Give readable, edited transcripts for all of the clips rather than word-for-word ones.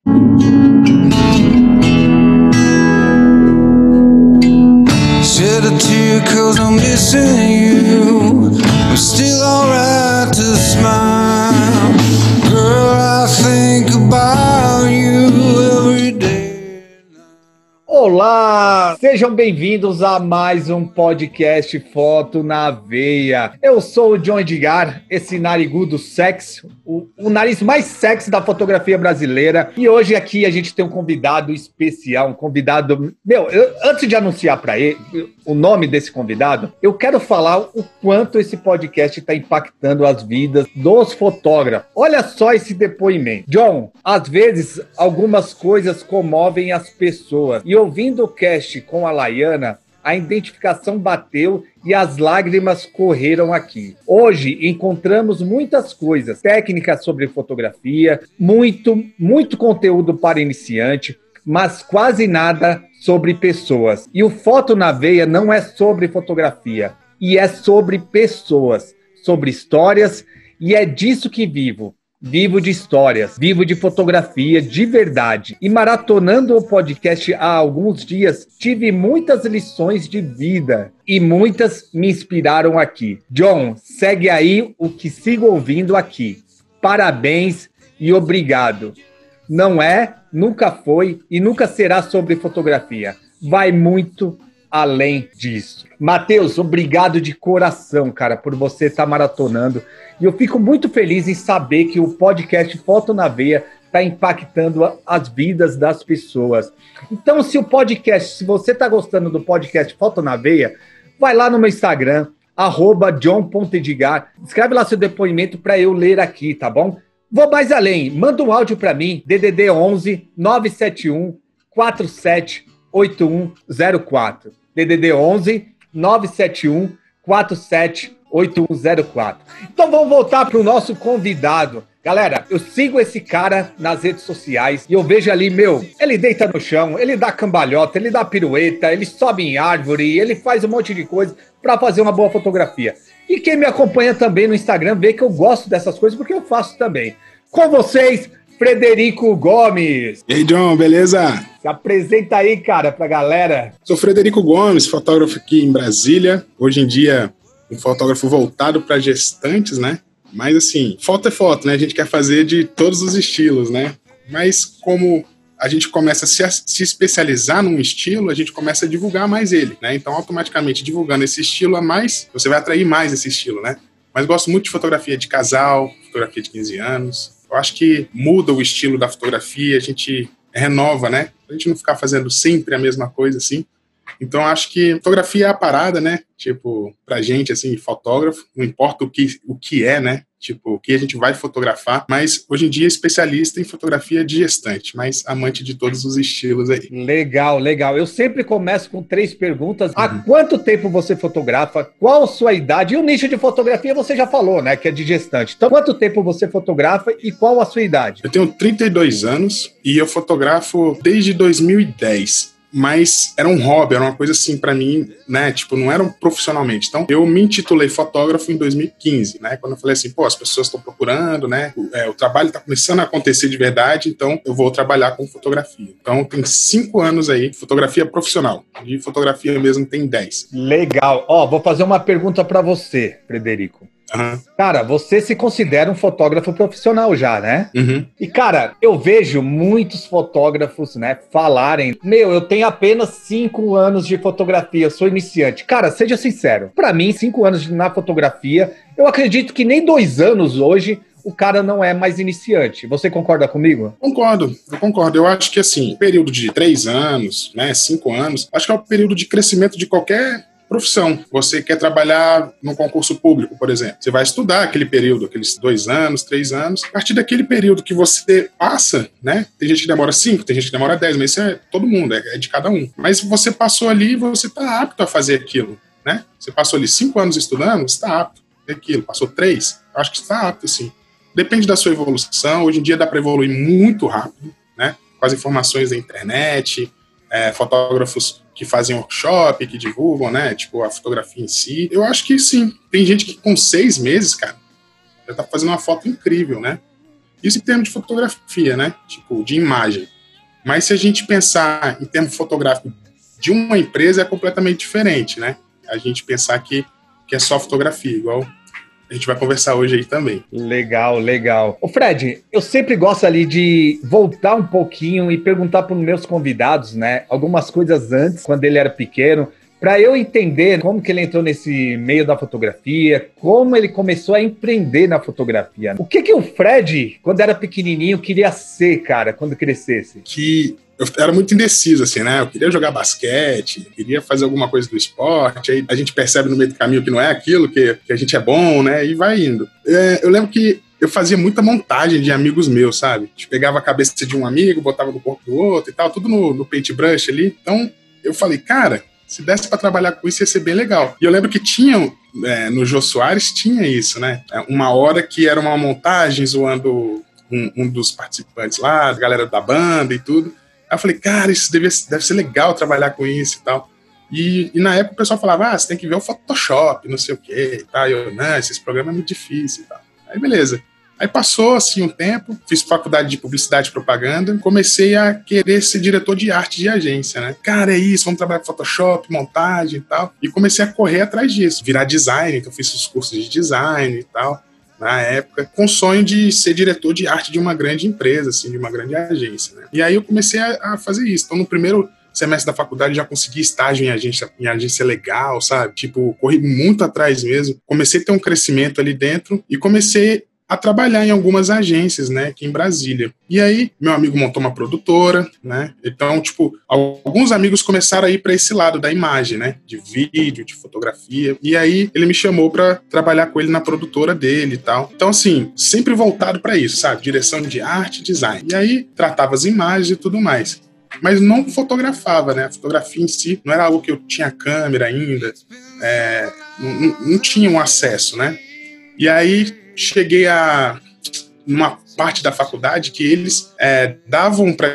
Shed a tear 'cause I'm missing you. I'm still alright to smile. Girl, I think about you every day. Olá, sejam bem-vindos a mais um podcast Foto na Veia. Eu sou o John Edgar, esse narigudo sexy, o nariz mais sexy da fotografia brasileira. E hoje aqui a gente tem um convidado especial, um convidado... antes de anunciar para ele o nome desse convidado, eu quero falar o quanto esse podcast está impactando as vidas dos fotógrafos. Olha só esse depoimento. John, às vezes algumas coisas comovem as pessoas. E ouvindo o cast com a Laiana, a identificação bateu e as lágrimas correram aqui. Hoje encontramos muitas coisas, técnicas sobre fotografia, muito conteúdo para iniciante, mas quase nada sobre pessoas. E o Foto na Veia não é sobre fotografia, e é sobre pessoas, sobre histórias, e é disso que vivo. Vivo de histórias, vivo de fotografia de verdade. E maratonando o podcast há alguns dias, tive muitas lições de vida e muitas me inspiraram aqui. John, segue aí o que sigo ouvindo aqui. Parabéns e obrigado. Não é, nunca foi e nunca será sobre fotografia. Vai muito além disso. Matheus, obrigado de coração, cara, por você estar maratonando. E eu fico muito feliz em saber que o podcast Foto na Veia está impactando as vidas das pessoas. Então, se você está gostando do podcast Foto na Veia, vai lá no meu Instagram, @john.edgar, escreve lá seu depoimento para eu ler aqui, tá bom? Vou mais além, manda um áudio para mim, DDD 11 971 47 8104. DDD 11 971 47 8104. Então vamos voltar para o nosso convidado. Galera, eu sigo esse cara nas redes sociais e eu vejo ali, ele deita no chão, ele dá cambalhota, ele dá pirueta, ele sobe em árvore, ele faz um monte de coisa para fazer uma boa fotografia. E quem me acompanha também no Instagram vê que eu gosto dessas coisas porque eu faço também. Com vocês, Frederico Gomes. E aí, John, beleza? Se apresenta aí, cara, pra galera. Sou Frederico Gomes, fotógrafo aqui em Brasília. Hoje em dia, um fotógrafo voltado para gestantes, né? Mas assim, foto é foto, né? A gente quer fazer de todos os estilos, né? Mas como a gente começa a se especializar num estilo, a gente começa a divulgar mais ele, né? Então, automaticamente, divulgando esse estilo a mais, você vai atrair mais esse estilo, né? Mas gosto muito de fotografia de casal, fotografia de 15 anos. Eu acho que muda o estilo da fotografia, a gente renova, né? A gente não ficar fazendo sempre a mesma coisa, assim. Então, eu acho que fotografia é a parada, né? Tipo, pra gente, assim, fotógrafo, não importa o que é, né? Tipo, o que a gente vai fotografar, mas hoje em dia especialista em fotografia de gestante, mas amante de todos os estilos aí. Legal, legal. Eu sempre começo com 3 perguntas. Há quanto tempo você fotografa? Qual a sua idade? E o nicho de fotografia você já falou, né? Que é de gestante. Então, quanto tempo você fotografa e qual a sua idade? Eu tenho 32 anos e eu fotografo desde 2010. Mas era um hobby, era uma coisa assim pra mim, né, tipo, não era profissionalmente. Então, eu me intitulei fotógrafo em 2015, né, quando eu falei assim, as pessoas estão procurando, né, o trabalho tá começando a acontecer de verdade, então eu vou trabalhar com fotografia. Então, tem 5 anos aí, fotografia profissional, de fotografia mesmo tem 10. Legal. Vou fazer uma pergunta pra você, Frederico. Uhum. Cara, você se considera um fotógrafo profissional já, né? Uhum. E, cara, eu vejo muitos fotógrafos, né, falarem, eu tenho apenas 5 anos de fotografia, eu sou iniciante. Cara, seja sincero, pra mim, 5 anos na fotografia, eu acredito que nem 2 anos hoje o cara não é mais iniciante. Você concorda comigo? Eu concordo. Eu acho que, assim, período de 3 anos, né, 5 anos, acho que é o período de crescimento de qualquer profissão. Você quer trabalhar no concurso público, por exemplo. Você vai estudar aquele período, aqueles 2 anos, 3 anos. A partir daquele período que você passa, né? Tem gente que demora 5, tem gente que demora 10, mas isso é todo mundo, é de cada um. Mas você passou ali e você está apto a fazer aquilo, né? Você passou ali 5 anos estudando, você está apto a aquilo. Passou 3, acho que está apto, sim. Depende da sua evolução. Hoje em dia dá para evoluir muito rápido, né? Com as informações da internet, fotógrafos que fazem workshop, que divulgam, né, tipo, a fotografia em si. Eu acho que sim. Tem gente que com 6 meses, cara, já tá fazendo uma foto incrível, né? Isso em termos de fotografia, né? Tipo, de imagem. Mas se a gente pensar em termos fotográficos de uma empresa, é completamente diferente, né? A gente pensar que é só fotografia, igual a gente vai conversar hoje aí também. Legal, legal. Ô Fred, eu sempre gosto ali de voltar um pouquinho e perguntar para os meus convidados, né, algumas coisas antes, quando ele era pequeno, para eu entender como que ele entrou nesse meio da fotografia, como ele começou a empreender na fotografia. O que o Fred, quando era pequenininho, queria ser, cara, quando crescesse? Que eu era muito indeciso, assim, né? Eu queria jogar basquete, queria fazer alguma coisa do esporte, aí a gente percebe no meio do caminho que não é aquilo, que a gente é bom, né? E vai indo. Eu lembro que eu fazia muita montagem de amigos meus, sabe? A gente pegava a cabeça de um amigo, botava no corpo do outro e tal, tudo no paintbrush ali. Então, eu falei, cara, se desse para trabalhar com isso ia ser bem legal. E eu lembro que tinha, no Jô Soares tinha isso, né? Uma hora que era uma montagem zoando um dos participantes lá, a galera da banda e tudo. Aí eu falei, cara, isso deve ser legal trabalhar com isso e tal. E na época o pessoal falava, você tem que ver o Photoshop, não sei o quê e tal. E eu, não, esse programa é muito difícil e tal. Aí beleza. Aí passou assim um tempo, fiz faculdade de publicidade e propaganda, comecei a querer ser diretor de arte de agência, né? Cara, é isso, vamos trabalhar com Photoshop, montagem e tal. E comecei a correr atrás disso, virar designer, então fiz os cursos de design e tal, na época, com o sonho de ser diretor de arte de uma grande empresa, assim, de uma grande agência, né? E aí eu comecei a fazer isso. Então no primeiro semestre da faculdade já consegui estágio em agência legal, sabe? Tipo, corri muito atrás mesmo. Comecei a ter um crescimento ali dentro e comecei a trabalhar em algumas agências, né, aqui em Brasília. E aí, meu amigo montou uma produtora, né, então, tipo, alguns amigos começaram a ir para esse lado da imagem, né, de vídeo, de fotografia, e aí ele me chamou para trabalhar com ele na produtora dele e tal. Então, assim, sempre voltado para isso, sabe, direção de arte e design. E aí, tratava as imagens e tudo mais. Mas não fotografava, né, a fotografia em si não era algo que eu tinha câmera ainda, não tinha um acesso, né. E aí, cheguei a uma parte da faculdade que eles davam para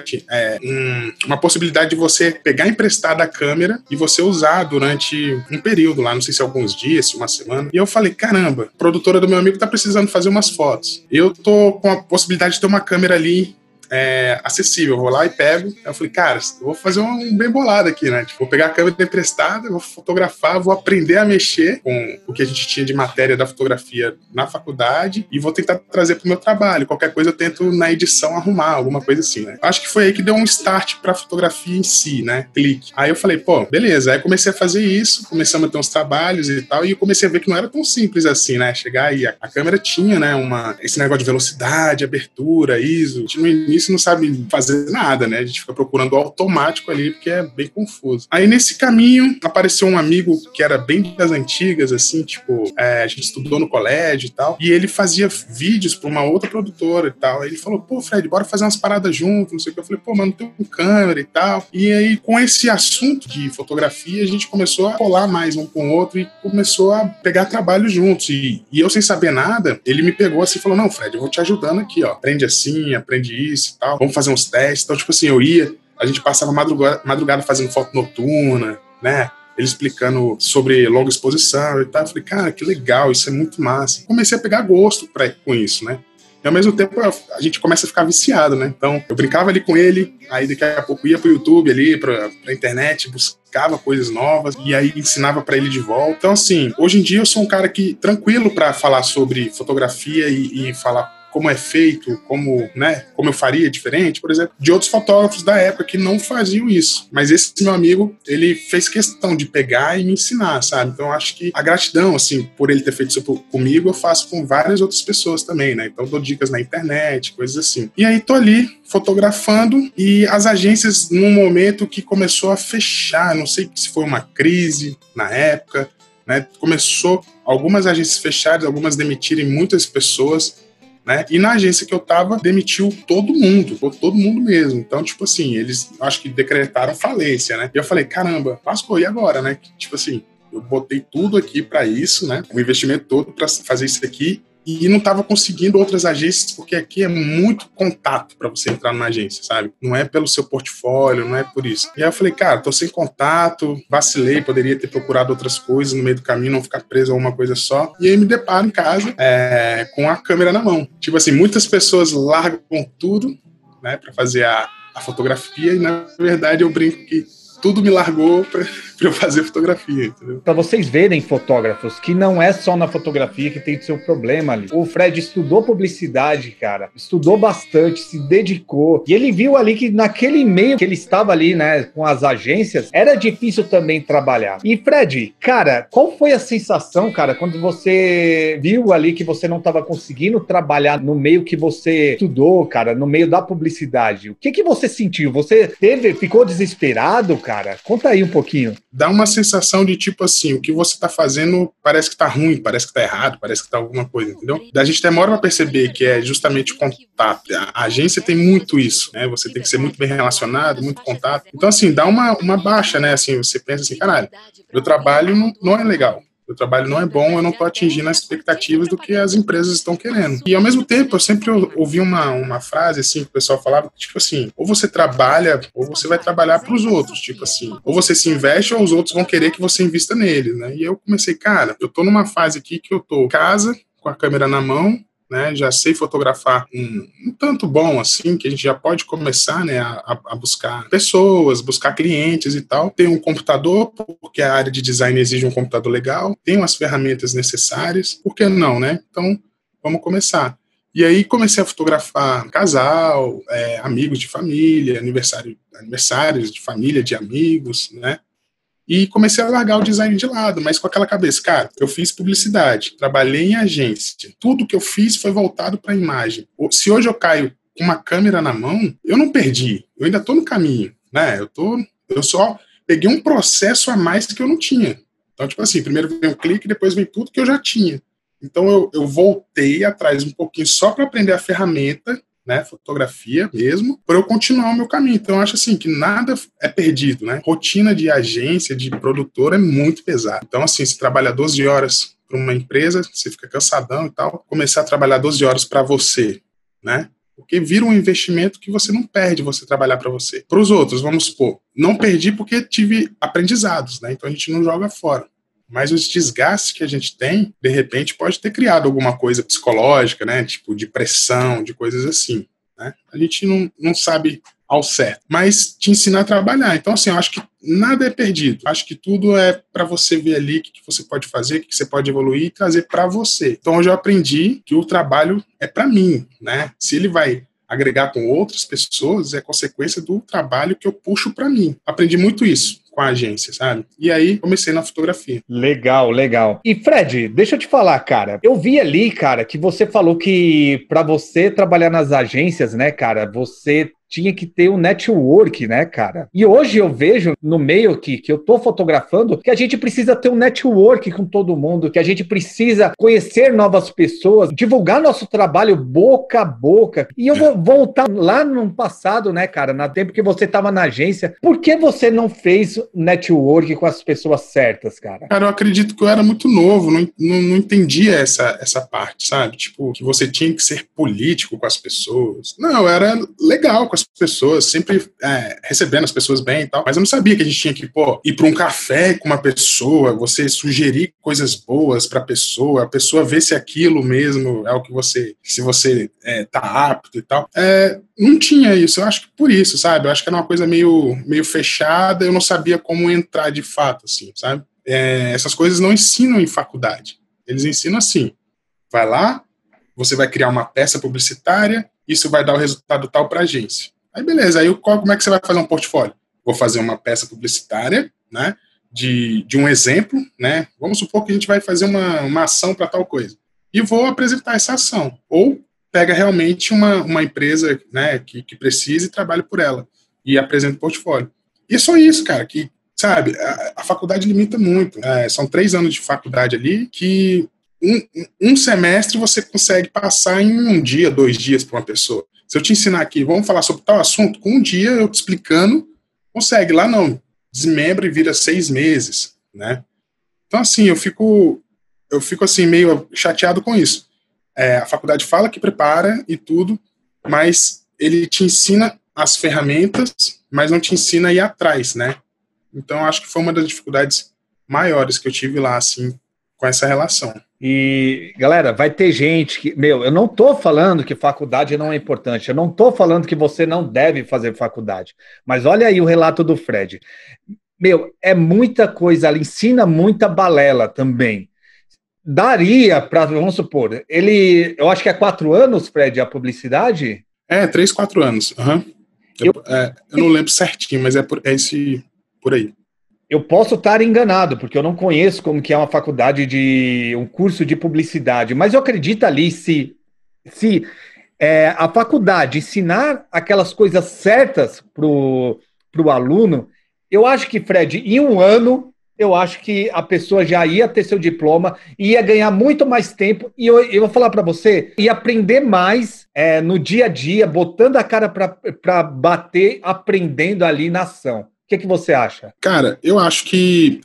uma possibilidade de você pegar emprestada a câmera e você usar durante um período lá, não sei se alguns dias, se uma semana. E eu falei, caramba, a produtora do meu amigo tá precisando fazer umas fotos. Eu tô com a possibilidade de ter uma câmera ali acessível, eu vou lá e pego. Eu falei, cara, eu vou fazer um bem bolado aqui, né? Tipo, vou pegar a câmera emprestada, vou fotografar, vou aprender a mexer com o que a gente tinha de matéria da fotografia na faculdade e vou tentar trazer pro meu trabalho. Qualquer coisa eu tento na edição arrumar, alguma coisa assim, né? Acho que foi aí que deu um start pra fotografia em si, né? Clique. Aí eu falei, pô, beleza. Aí comecei a fazer isso, começamos a ter uns trabalhos e tal, e eu comecei a ver que não era tão simples assim, né? Chegar aí, a câmera tinha, né, esse negócio de velocidade, abertura, ISO. No início não sabe fazer nada, né? A gente fica procurando o automático ali, porque é bem confuso. Aí nesse caminho apareceu um amigo que era bem das antigas, assim, tipo, a gente estudou no colégio e tal, e ele fazia vídeos para uma outra produtora e tal. Aí ele falou, pô, Fred, bora fazer umas paradas juntos, não sei o que. Eu falei, pô, mano, tem um câmera e tal. E aí, com esse assunto de fotografia, a gente começou a colar mais um com o outro e começou a pegar trabalho juntos. E eu, sem saber nada, ele me pegou assim e falou, não, Fred, eu vou te ajudando aqui, ó. Aprende assim, aprende isso e tal. Vamos fazer uns testes. Então, tipo assim, a gente passava madrugada fazendo foto noturna, né? Ele explicando sobre longa exposição e tal. Eu falei, cara, que legal, isso é muito massa. Comecei a pegar gosto com isso, né? E ao mesmo tempo a gente começa a ficar viciado, né? Então eu brincava ali com ele, aí daqui a pouco ia pro YouTube ali, pra internet, buscava coisas novas e aí ensinava pra ele de volta. Então assim, hoje em dia eu sou um cara que tranquilo pra falar sobre fotografia e falar como é feito, como eu faria diferente, por exemplo, de outros fotógrafos da época que não faziam isso. Mas esse meu amigo, ele fez questão de pegar e me ensinar, sabe? Então eu acho que a gratidão, assim, por ele ter feito isso comigo, eu faço com várias outras pessoas também, né? Então eu dou dicas na internet, coisas assim. E aí tô ali fotografando e as agências num momento que começou a fechar, não sei se foi uma crise na época, né? Começou algumas agências fecharem, algumas demitirem muitas pessoas, né? E na agência que eu tava, demitiu todo mundo mesmo. Então, tipo assim, eles acho que decretaram falência, né? E eu falei, caramba, lascou, e agora, né? Tipo assim, eu botei tudo aqui pra isso, né? O investimento todo pra fazer isso aqui e não estava conseguindo outras agências, porque aqui é muito contato para você entrar numa agência, sabe? Não é pelo seu portfólio, não é por isso. E aí eu falei, cara, tô sem contato, vacilei, poderia ter procurado outras coisas no meio do caminho, não ficar preso a uma coisa só. E aí me deparo em casa com a câmera na mão. Tipo assim, muitas pessoas largam tudo, né, para fazer a fotografia, e na verdade eu brinco que tudo me largou para eu fazer fotografia, entendeu? Para vocês verem, fotógrafos, que não é só na fotografia que tem o seu problema ali. O Fred estudou publicidade, cara, estudou bastante, se dedicou, e ele viu ali que naquele meio que ele estava ali, né, com as agências, era difícil também trabalhar. E Fred, cara, qual foi a sensação, cara, quando você viu ali que você não estava conseguindo trabalhar no meio que você estudou, cara, no meio da publicidade? O que você sentiu? Você ficou desesperado, cara? Conta aí um pouquinho. Dá uma sensação de tipo assim, o que você tá fazendo parece que tá ruim, parece que tá errado, parece que tá alguma coisa, entendeu? A gente demora pra perceber que é justamente o contato. A agência tem muito isso, né? Você tem que ser muito bem relacionado, muito contato. Então, assim, dá uma baixa, né? Assim, você pensa assim, caralho, meu trabalho não é legal. O trabalho não é bom, eu não estou atingindo as expectativas do que as empresas estão querendo. E, ao mesmo tempo, eu sempre ouvi uma frase, assim, que o pessoal falava, tipo assim, ou você trabalha, ou você vai trabalhar para os outros, tipo assim, ou você se investe, ou os outros vão querer que você invista neles, né? E eu comecei, cara, eu tô numa fase aqui que eu tô em casa, com a câmera na mão, né, já sei fotografar um tanto bom, assim, que a gente já pode começar, né, a buscar pessoas, buscar clientes e tal. Tem um computador, porque a área de design exige um computador legal, tem as ferramentas necessárias, por que não, né? Então, vamos começar. E aí comecei a fotografar casal, amigos de família, aniversários de família, de amigos, né? E comecei a largar o design de lado, mas com aquela cabeça, cara, eu fiz publicidade, trabalhei em agência, tudo que eu fiz foi voltado para a imagem. Se hoje eu caio com uma câmera na mão, eu não perdi, eu ainda estou no caminho, né? Eu só peguei um processo a mais que eu não tinha. Então, tipo assim, primeiro vem um clique, depois vem tudo que eu já tinha. Então eu voltei atrás um pouquinho só para aprender a ferramenta, né, fotografia mesmo, para eu continuar o meu caminho. Então, eu acho assim, que nada é perdido, né? Rotina de agência, de produtor é muito pesada. Então, assim, você trabalha 12 horas para uma empresa, você fica cansadão e tal, começar a trabalhar 12 horas para você, né? Porque vira um investimento que você não perde você trabalhar para você. Para os outros, vamos supor, não perdi porque tive aprendizados, né? Então, a gente não joga fora. Mas os desgastes que a gente tem, de repente, pode ter criado alguma coisa psicológica, né? Tipo, de pressão, de coisas assim, né? A gente não sabe ao certo, mas te ensina a trabalhar. Então, assim, eu acho que nada é perdido. Acho que tudo é para você ver ali o que você pode fazer, o que você pode evoluir e trazer para você. Então, hoje eu aprendi que o trabalho é para mim, né? Se ele vai agregar com outras pessoas, é consequência do trabalho que eu puxo para mim. Aprendi muito isso com a agência, sabe? E aí comecei na fotografia. Legal, legal. E Fred, deixa eu te falar, cara. Eu vi ali, cara, que você falou que para você trabalhar nas agências, né, cara, você tinha que ter um network, né, cara? E hoje eu vejo no meio que eu tô fotografando que a gente precisa ter um network com todo mundo, que a gente precisa conhecer novas pessoas, divulgar nosso trabalho boca a boca. E eu vou voltar lá no passado, né, cara, no tempo que você tava na agência. Por que você não fez network com as pessoas certas, cara? Cara, eu acredito que eu era muito novo, não entendia essa parte, sabe? Tipo, que você tinha que ser político com as pessoas. Não, eu era legal com as pessoas, sempre recebendo as pessoas bem e tal, mas eu não sabia que a gente tinha que, ir para um café com uma pessoa, você sugerir coisas boas para a pessoa ver se aquilo mesmo é o que se você tá apto e tal. Não tinha isso, eu acho que por isso, sabe? Eu acho que era uma coisa meio fechada, eu não sabia como entrar de fato, assim, sabe? Essas coisas não ensinam em faculdade. Eles ensinam assim, vai lá, você vai criar uma peça publicitária, isso vai dar o resultado tal para a agência. Aí beleza, aí como é que você vai fazer um portfólio? Vou fazer uma peça publicitária, né, de um exemplo, né? Vamos supor que a gente vai fazer uma ação para tal coisa. E vou apresentar essa ação. Ou pega realmente uma empresa, né, que precisa e trabalha por ela. E apresenta o portfólio. E é só isso, cara, que, sabe, a faculdade limita muito. São 3 anos de faculdade ali que um semestre você consegue passar em 1 dia, 2 dias para uma pessoa. Se eu te ensinar aqui, vamos falar sobre tal assunto, com 1 dia eu te explicando, consegue. Lá não, desmembra e vira 6 meses, né? Então, assim, eu fico assim, meio chateado com isso. a faculdade fala que prepara e tudo, mas ele te ensina as ferramentas, mas não te ensina a ir atrás, né? Então, acho que foi uma das dificuldades maiores que eu tive lá, assim, com essa relação. E, galera, vai ter gente que... eu não tô falando que faculdade não é importante, eu não tô falando que você não deve fazer faculdade, mas olha aí o relato do Fred. É muita coisa, ela ensina muita balela também. Daria para, vamos supor, eu acho que é 4 anos, Fred, a publicidade? 3, 4 anos, uhum. Eu não lembro certinho, mas é por aí. Eu posso estar enganado, porque eu não conheço como que é uma faculdade um curso de publicidade, mas eu acredito ali, se a faculdade ensinar aquelas coisas certas para o aluno, eu acho que, Fred, em 1 ano, eu acho que a pessoa já ia ter seu diploma, ia ganhar muito mais tempo, e eu vou falar para você, ia aprender mais no dia a dia, botando a cara para bater, aprendendo ali na ação. O que você acha? Cara, eu acho que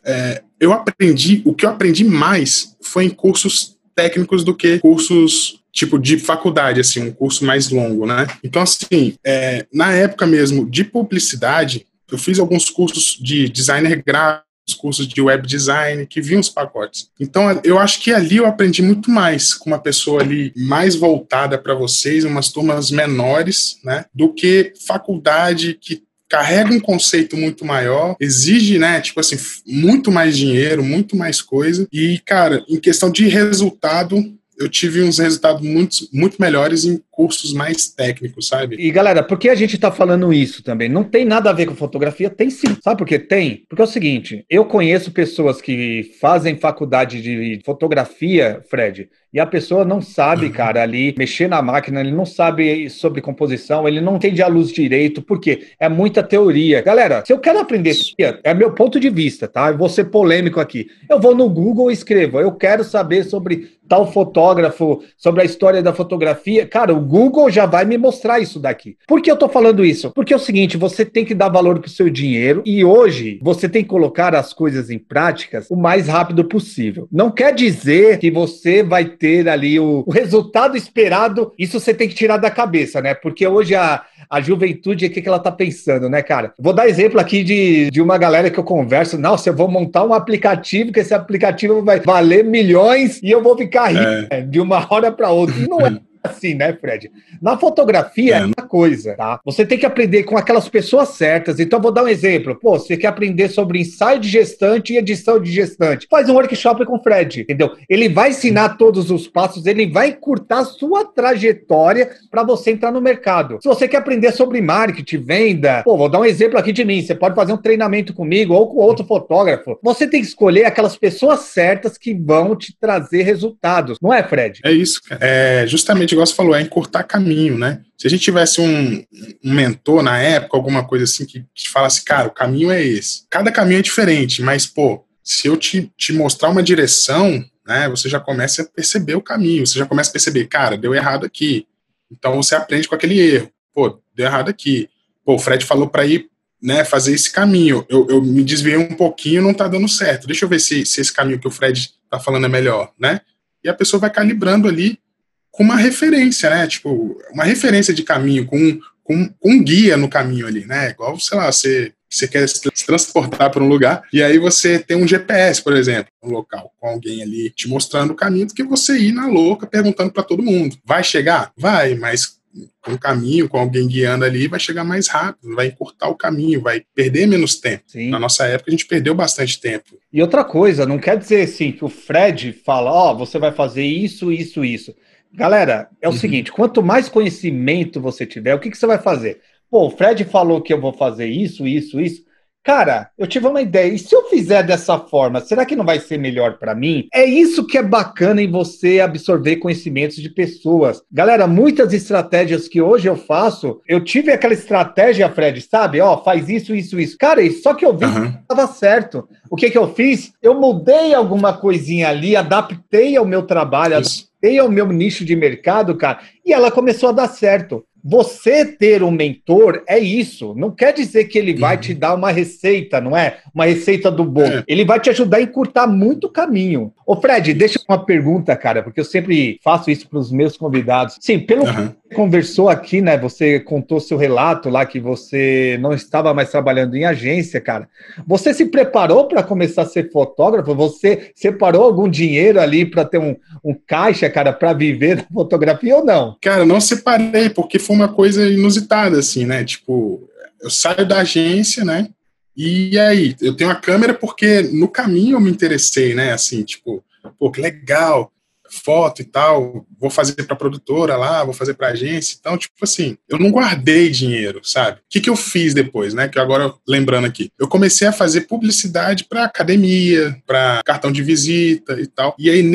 o que eu aprendi mais foi em cursos técnicos do que cursos tipo de faculdade, assim, um curso mais longo, né? Então, assim, na época mesmo de publicidade, eu fiz alguns cursos de designer gráfico, cursos de web design, que vinham os pacotes. Então, eu acho que ali eu aprendi muito mais com uma pessoa ali mais voltada para vocês, umas turmas menores, né? Do que faculdade que carrega um conceito muito maior, exige, né, tipo assim, muito mais dinheiro, muito mais coisa. E, cara, em questão de resultado, eu tive uns resultados muito melhores em cursos mais técnicos, sabe? E, galera, por que a gente tá falando isso também? Não tem nada a ver com fotografia? Tem sim. Sabe por que tem? Porque é o seguinte, eu conheço pessoas que fazem faculdade de fotografia, Fred, e a pessoa não sabe, cara, ali mexer na máquina, ele não sabe sobre composição, ele não entende a luz direito, porque é muita teoria. Galera, se eu quero aprender, é meu ponto de vista, tá? Eu vou ser polêmico aqui. Eu vou no Google e escrevo, eu quero saber sobre tal fotógrafo, sobre a história da fotografia. Cara, o Google já vai me mostrar isso daqui. Por que eu tô falando isso? Porque é o seguinte, você tem que dar valor pro seu dinheiro e hoje você tem que colocar as coisas em práticas o mais rápido possível. Não quer dizer que você vai ter ali o resultado esperado, isso você tem que tirar da cabeça, né? Porque hoje a juventude, o que ela tá pensando, né, cara? Vou dar exemplo aqui de uma galera que eu converso, nossa, eu vou montar um aplicativo, que esse aplicativo vai valer milhões e eu vou ficar rico de uma hora para outra. E não é assim, né, Fred? Na fotografia é uma coisa, tá? Você tem que aprender com aquelas pessoas certas. Então, vou dar um exemplo. Pô, você quer aprender sobre ensaio de gestante e edição de gestante. Faz um workshop com o Fred, entendeu? Ele vai ensinar todos os passos, ele vai encurtar a sua trajetória para você entrar no mercado. Se você quer aprender sobre marketing, venda, pô, vou dar um exemplo aqui de mim. Você pode fazer um treinamento comigo ou com outro fotógrafo. Você tem que escolher aquelas pessoas certas que vão te trazer resultados. Não é, Fred? É isso, cara. Justamente igual você falou, encurtar caminho, né? Se a gente tivesse um mentor na época, alguma coisa assim, que falasse, cara, o caminho é esse. Cada caminho é diferente, mas, pô, se eu te mostrar uma direção, né, você já começa a perceber o caminho, você já começa a perceber, cara, deu errado aqui. Então você aprende com aquele erro. Pô, deu errado aqui. Pô, o Fred falou para ir, né, fazer esse caminho. Eu me desviei um pouquinho, não tá dando certo. Deixa eu ver se esse caminho que o Fred tá falando é melhor, né? E a pessoa vai calibrando ali com uma referência, né? Tipo, uma referência de caminho, com um guia no caminho ali, né? Igual, sei lá, você quer se transportar para um lugar e aí você tem um GPS, por exemplo, no local, com alguém ali te mostrando o caminho do que você ir na louca perguntando para todo mundo. Vai chegar? Vai, mas com o caminho, com alguém guiando ali, vai chegar mais rápido, vai encurtar o caminho, vai perder menos tempo. Sim. Na nossa época, a gente perdeu bastante tempo. E outra coisa, não quer dizer assim que o Fred fala, você vai fazer isso, isso, isso. Galera, é o seguinte, quanto mais conhecimento você tiver, o que você vai fazer? Pô, o Fred falou que eu vou fazer isso, isso, isso. Cara, eu tive uma ideia. E se eu fizer dessa forma, será que não vai ser melhor para mim? É isso que é bacana em você absorver conhecimentos de pessoas. Galera, muitas estratégias que hoje eu faço, eu tive aquela estratégia, Fred, sabe? Faz isso, isso, isso. Cara, só que eu vi que estava certo. O que eu fiz? Eu mudei alguma coisinha ali, adaptei ao meu trabalho, adaptei ao meu nicho de mercado, cara, e ela começou a dar certo. você ter um mentor é isso. Não quer dizer que ele vai te dar uma receita, não é? Uma receita do bolo. Ele vai te ajudar a encurtar muito caminho. Ô, Fred, deixa uma pergunta, cara, porque eu sempre faço isso para os meus convidados. Sim, pelo que você conversou aqui, né? Você contou seu relato lá que você não estava mais trabalhando em agência, cara. Você se preparou para começar a ser fotógrafo? Você separou algum dinheiro ali para ter um caixa, cara, para viver da fotografia ou não? Cara, não separei, porque foi uma coisa inusitada, assim, né? Tipo, eu saio da agência, né? E aí, eu tenho a câmera porque no caminho eu me interessei, né? Assim, tipo, pô, que legal, foto e tal, vou fazer pra produtora lá, vou fazer pra agência. Então, tipo assim, eu não guardei dinheiro, sabe? O que eu fiz depois, né? Que agora, lembrando aqui, eu comecei a fazer publicidade pra academia, pra cartão de visita e tal. E aí,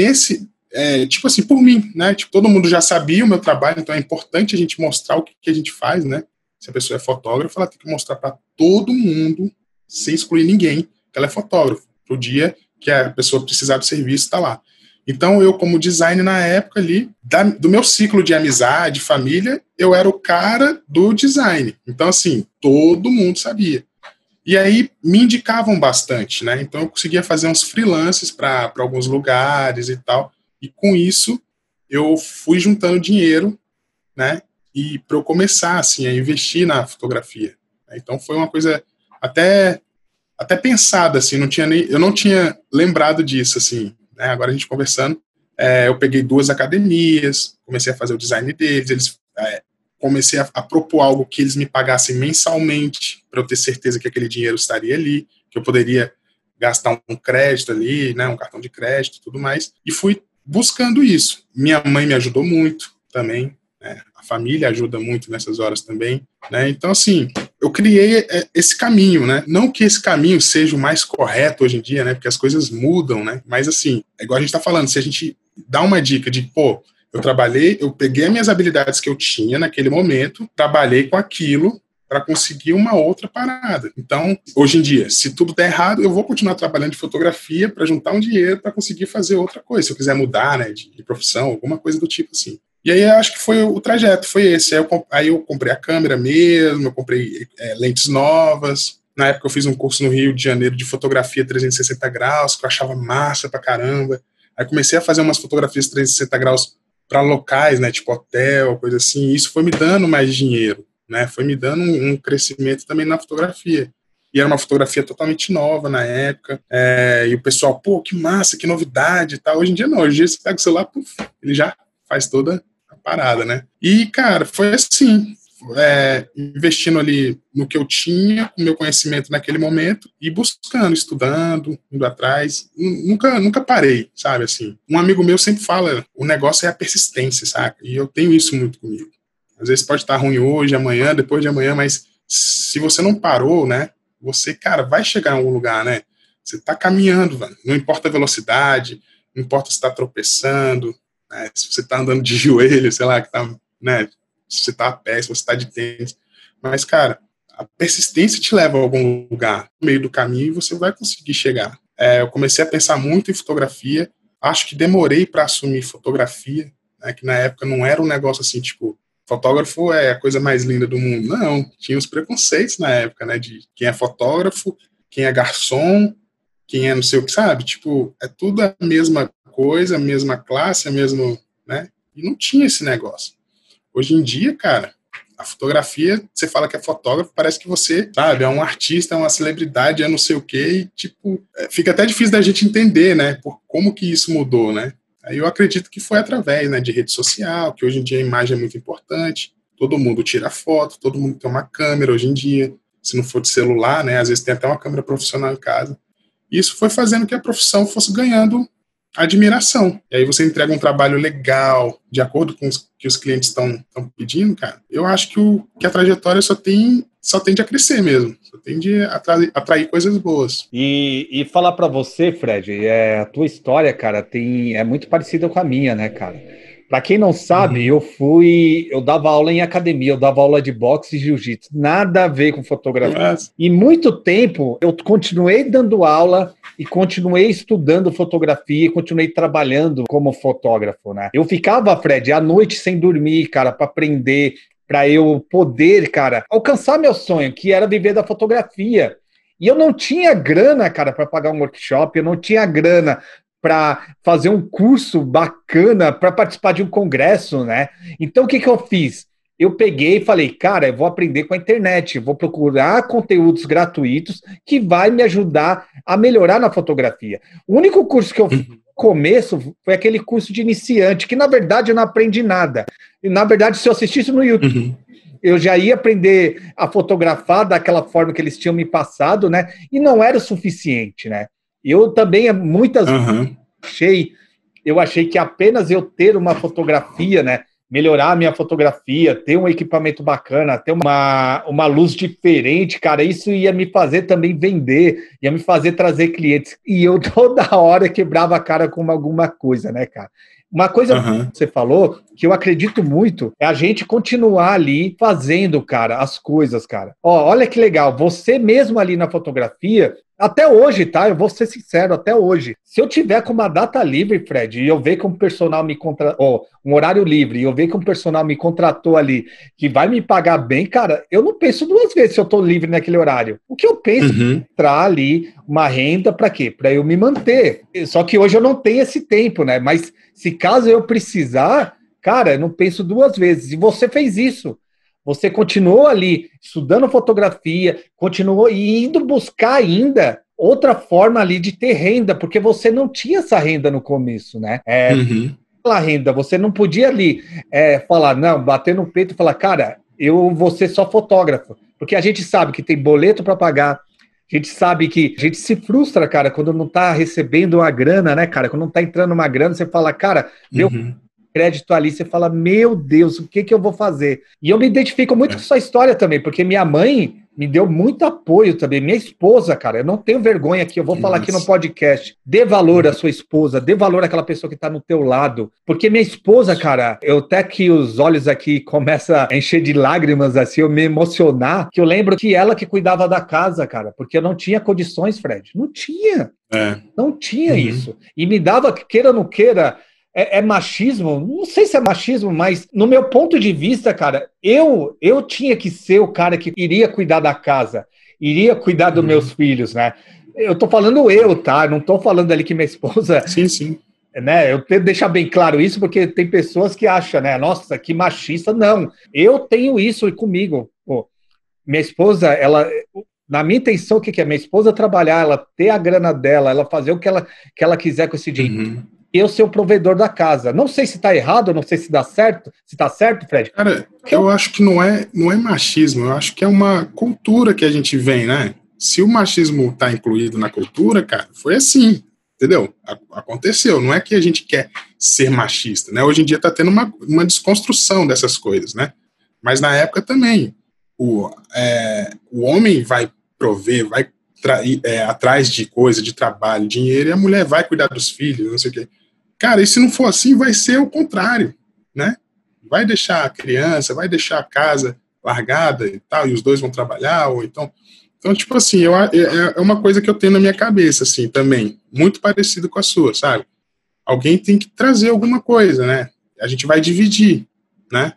tipo assim, por mim, né? Tipo, todo mundo já sabia o meu trabalho, então é importante a gente mostrar o que a gente faz, né? Se a pessoa é fotógrafa, ela tem que mostrar para todo mundo, sem excluir ninguém, que ela é fotógrafa, pro dia que a pessoa precisar do serviço, tá lá. Então, eu, como designer na época ali, do meu ciclo de amizade, família, eu era o cara do design. Então, assim, todo mundo sabia. E aí, me indicavam bastante, né? Então, eu conseguia fazer uns freelances para alguns lugares e tal. E com isso, eu fui juntando dinheiro, né? E para eu começar, assim, a investir na fotografia. Então, foi uma coisa até pensada, assim, eu não tinha lembrado disso, assim, né? Agora a gente conversando, eu peguei 2 academias, comecei a fazer o design deles, comecei a propor algo que eles me pagassem mensalmente, para eu ter certeza que aquele dinheiro estaria ali, que eu poderia gastar um crédito ali, né? Um cartão de crédito e tudo mais. E fui buscando isso. Minha mãe me ajudou muito também, né? A família ajuda muito nessas horas também, né? Então, assim, eu criei esse caminho, né? Não que esse caminho seja o mais correto hoje em dia, né? Porque as coisas mudam, né? Mas, assim, é igual a gente tá falando, se a gente dá uma dica de, pô, eu peguei as minhas habilidades que eu tinha naquele momento, trabalhei com aquilo para conseguir uma outra parada. Então, hoje em dia, se tudo der errado, eu vou continuar trabalhando de fotografia para juntar um dinheiro para conseguir fazer outra coisa. Se eu quiser mudar, né, de profissão, alguma coisa do tipo assim. E aí, eu acho que foi o trajeto, foi esse. Aí eu comprei a câmera mesmo, eu comprei lentes novas. Na época, eu fiz um curso no Rio de Janeiro de fotografia 360 graus, que eu achava massa pra caramba. Aí comecei a fazer umas fotografias 360 graus para locais, né, tipo hotel, coisa assim. E isso foi me dando mais dinheiro, né? Foi me dando um crescimento também na fotografia. E era uma fotografia totalmente nova na época. E o pessoal, pô, que massa, que novidade e tal. Hoje em dia não, hoje em dia você pega o celular, puf, ele já faz toda a parada, né? E, cara, foi assim, investindo ali no que eu tinha, com o meu conhecimento naquele momento, e buscando, estudando, indo atrás. Nunca parei, sabe, assim. Um amigo meu sempre fala, o negócio é a persistência, sabe? E eu tenho isso muito comigo. Às vezes pode estar ruim hoje, amanhã, depois de amanhã, mas se você não parou, né, você, cara, vai chegar em algum lugar, né? Você tá caminhando, mano. Não importa a velocidade, não importa se tá tropeçando, né, se você tá andando de joelho, sei lá, que tá, né, se você tá a pé, se você tá de tênis. Mas, cara, a persistência te leva a algum lugar no meio do caminho e você vai conseguir chegar. Eu comecei a pensar muito em fotografia, acho que demorei para assumir fotografia, né, que na época não era um negócio assim, tipo, fotógrafo é a coisa mais linda do mundo. Não, tinha os preconceitos na época, né, de quem é fotógrafo, quem é garçom, quem é não sei o que, sabe? Tipo, é tudo a mesma coisa, a mesma classe, a mesma, né? E não tinha esse negócio. Hoje em dia, cara, a fotografia, você fala que é fotógrafo, parece que você, sabe, é um artista, é uma celebridade, é não sei o quê, e, tipo, fica até difícil da gente entender, né, por como que isso mudou, né? Aí eu acredito que foi através, né, de rede social, que hoje em dia a imagem é muito importante, todo mundo tira foto, todo mundo tem uma câmera hoje em dia, se não for de celular, né, às vezes tem até uma câmera profissional em casa. E isso foi fazendo que a profissão fosse ganhando admiração. E aí você entrega um trabalho legal, de acordo com o que os clientes estão pedindo, cara. Eu acho que a trajetória só tende a crescer mesmo. Só tende a atrair coisas boas. E falar para você, Fred, a tua história, cara, é muito parecida com a minha, né, cara? Para quem não sabe, eu dava aula em academia, eu dava aula de boxe e jiu-jitsu, nada a ver com fotografia. Mas... E muito tempo eu continuei dando aula e continuei estudando fotografia e continuei trabalhando como fotógrafo, né? Eu ficava, Fred, à noite sem dormir, cara, para aprender para eu poder, cara, alcançar meu sonho, que era viver da fotografia. E eu não tinha grana, cara, para pagar um workshop, eu não tinha grana para fazer um curso bacana, para participar de um congresso, né? Então, o que que eu fiz? Eu peguei e falei, cara, eu vou aprender com a internet, eu vou procurar conteúdos gratuitos que vai me ajudar a melhorar na fotografia. O único curso que eu fiz no começo foi aquele curso de iniciante, que na verdade eu não aprendi nada. E, na verdade, se eu assistisse no YouTube, eu já ia aprender a fotografar daquela forma que eles tinham me passado, né? E não era o suficiente, né? Eu também, muitas vezes, eu achei que apenas eu ter uma fotografia, né? Melhorar a minha fotografia, ter um equipamento bacana, ter uma luz diferente, cara, isso ia me fazer também vender, ia me fazer trazer clientes. E eu toda hora quebrava a cara com alguma coisa, né, cara? Uma coisa que você falou, que eu acredito muito, é a gente continuar ali fazendo, cara, as coisas, cara. Ó, olha que legal, você mesmo ali na fotografia, até hoje, tá? Eu vou ser sincero, até hoje. Se eu tiver com uma data livre, Fred, e eu ver que um personal me contratou, um horário livre, e eu ver que um personal me contratou ali, que vai me pagar bem, cara, eu não penso duas vezes se eu tô livre naquele horário. O que eu penso é entrar ali uma renda para quê? Para eu me manter. Só que hoje eu não tenho esse tempo, né? Mas se caso eu precisar, cara, eu não penso duas vezes. E você fez isso. Você continuou ali estudando fotografia, continuou indo buscar ainda outra forma ali de ter renda, porque você não tinha essa renda no começo, né? Aquela renda, você não podia ali falar, não, bater no peito e falar, cara, eu vou ser só fotógrafo. Porque a gente sabe que tem boleto para pagar, a gente sabe que a gente se frustra, cara, quando não tá recebendo uma grana, né, cara? Quando não tá entrando uma grana, você fala, cara, meu crédito ali, você fala, meu Deus, o que que eu vou fazer? E eu me identifico muito com sua história também, porque minha mãe me deu muito apoio também, minha esposa, cara, eu não tenho vergonha aqui, eu vou falar aqui no podcast, dê valor à sua esposa, dê valor àquela pessoa que tá no teu lado, porque minha esposa, cara, eu até que os olhos aqui começam a encher de lágrimas, assim, eu me emocionar, que eu lembro que ela que cuidava da casa, cara, porque eu não tinha condições, Fred, não tinha, não tinha isso, e me dava, queira ou não queira, é machismo? Não sei se é machismo, mas no meu ponto de vista, cara, eu tinha que ser o cara que iria cuidar da casa, iria cuidar dos meus filhos, né? Eu tô falando eu, tá? Não tô falando ali que minha esposa... Sim. Né? Eu tento deixar bem claro isso, porque tem pessoas que acham, né? Nossa, que machista. Não, eu tenho isso comigo. Pô, minha esposa, ela... Na minha intenção, o que é? Minha esposa trabalhar, ela ter a grana dela, ela fazer o que ela quiser com esse dinheiro. Eu ser o provedor da casa. Não sei se tá errado, não sei se dá certo. Se tá certo, Fred? Cara, eu acho que não é machismo, eu acho que é uma cultura que a gente vem, né? Se o machismo tá incluído na cultura, cara, foi assim, entendeu? Aconteceu, não é que a gente quer ser machista, né? Hoje em dia tá tendo uma desconstrução dessas coisas, né? Mas na época também, o homem vai prover, vai atrás de coisa, de trabalho, dinheiro, e a mulher vai cuidar dos filhos, não sei o quê. Cara, e se não for assim, vai ser o contrário, né? Vai deixar a criança, vai deixar a casa largada e tal, e os dois vão trabalhar, ou então... Então, tipo assim, é uma coisa que eu tenho na minha cabeça, assim, também, muito parecido com a sua, sabe? Alguém tem que trazer alguma coisa, né? A gente vai dividir, né?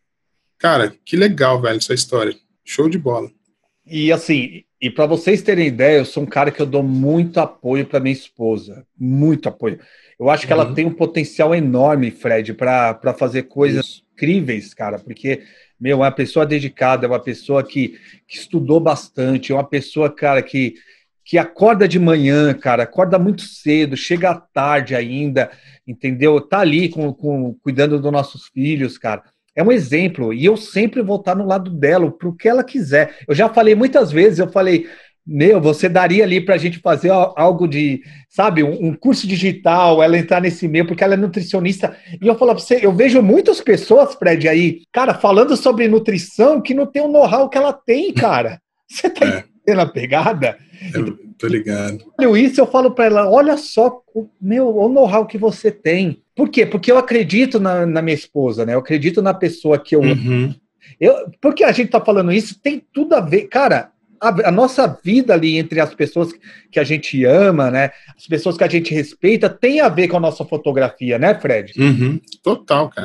Cara, que legal, velho, essa história. Show de bola. E assim... E para vocês terem ideia, eu sou um cara que eu dou muito apoio para minha esposa, muito apoio. Eu acho que ela tem um potencial enorme, Fred, para fazer coisas incríveis, cara, porque, meu, é uma pessoa dedicada, é uma pessoa que estudou bastante, é uma pessoa, cara, que acorda de manhã, cara, acorda muito cedo, chega à tarde ainda, entendeu? Tá ali cuidando dos nossos filhos, cara. É um exemplo, e eu sempre vou estar no lado dela, pro que ela quiser. Eu já falei muitas vezes, eu falei, você daria ali pra gente fazer algo de, sabe, um curso digital, ela entrar nesse meio, porque ela é nutricionista. E eu falo pra você, eu vejo muitas pessoas, Fred, aí, cara, falando sobre nutrição, que não tem o know-how que ela tem, cara. Você tá entendendo a pegada? Eu tô ligado. Olha isso, eu falo pra ela, olha só o know-how que você tem. Por quê? Porque eu acredito na minha esposa, né? Eu acredito na pessoa que eu amo. Porque a gente tá falando isso, tem tudo a ver. Cara, a nossa vida ali entre as pessoas que a gente ama, né? As pessoas que a gente respeita, tem a ver com a nossa fotografia, né, Fred? Total, cara.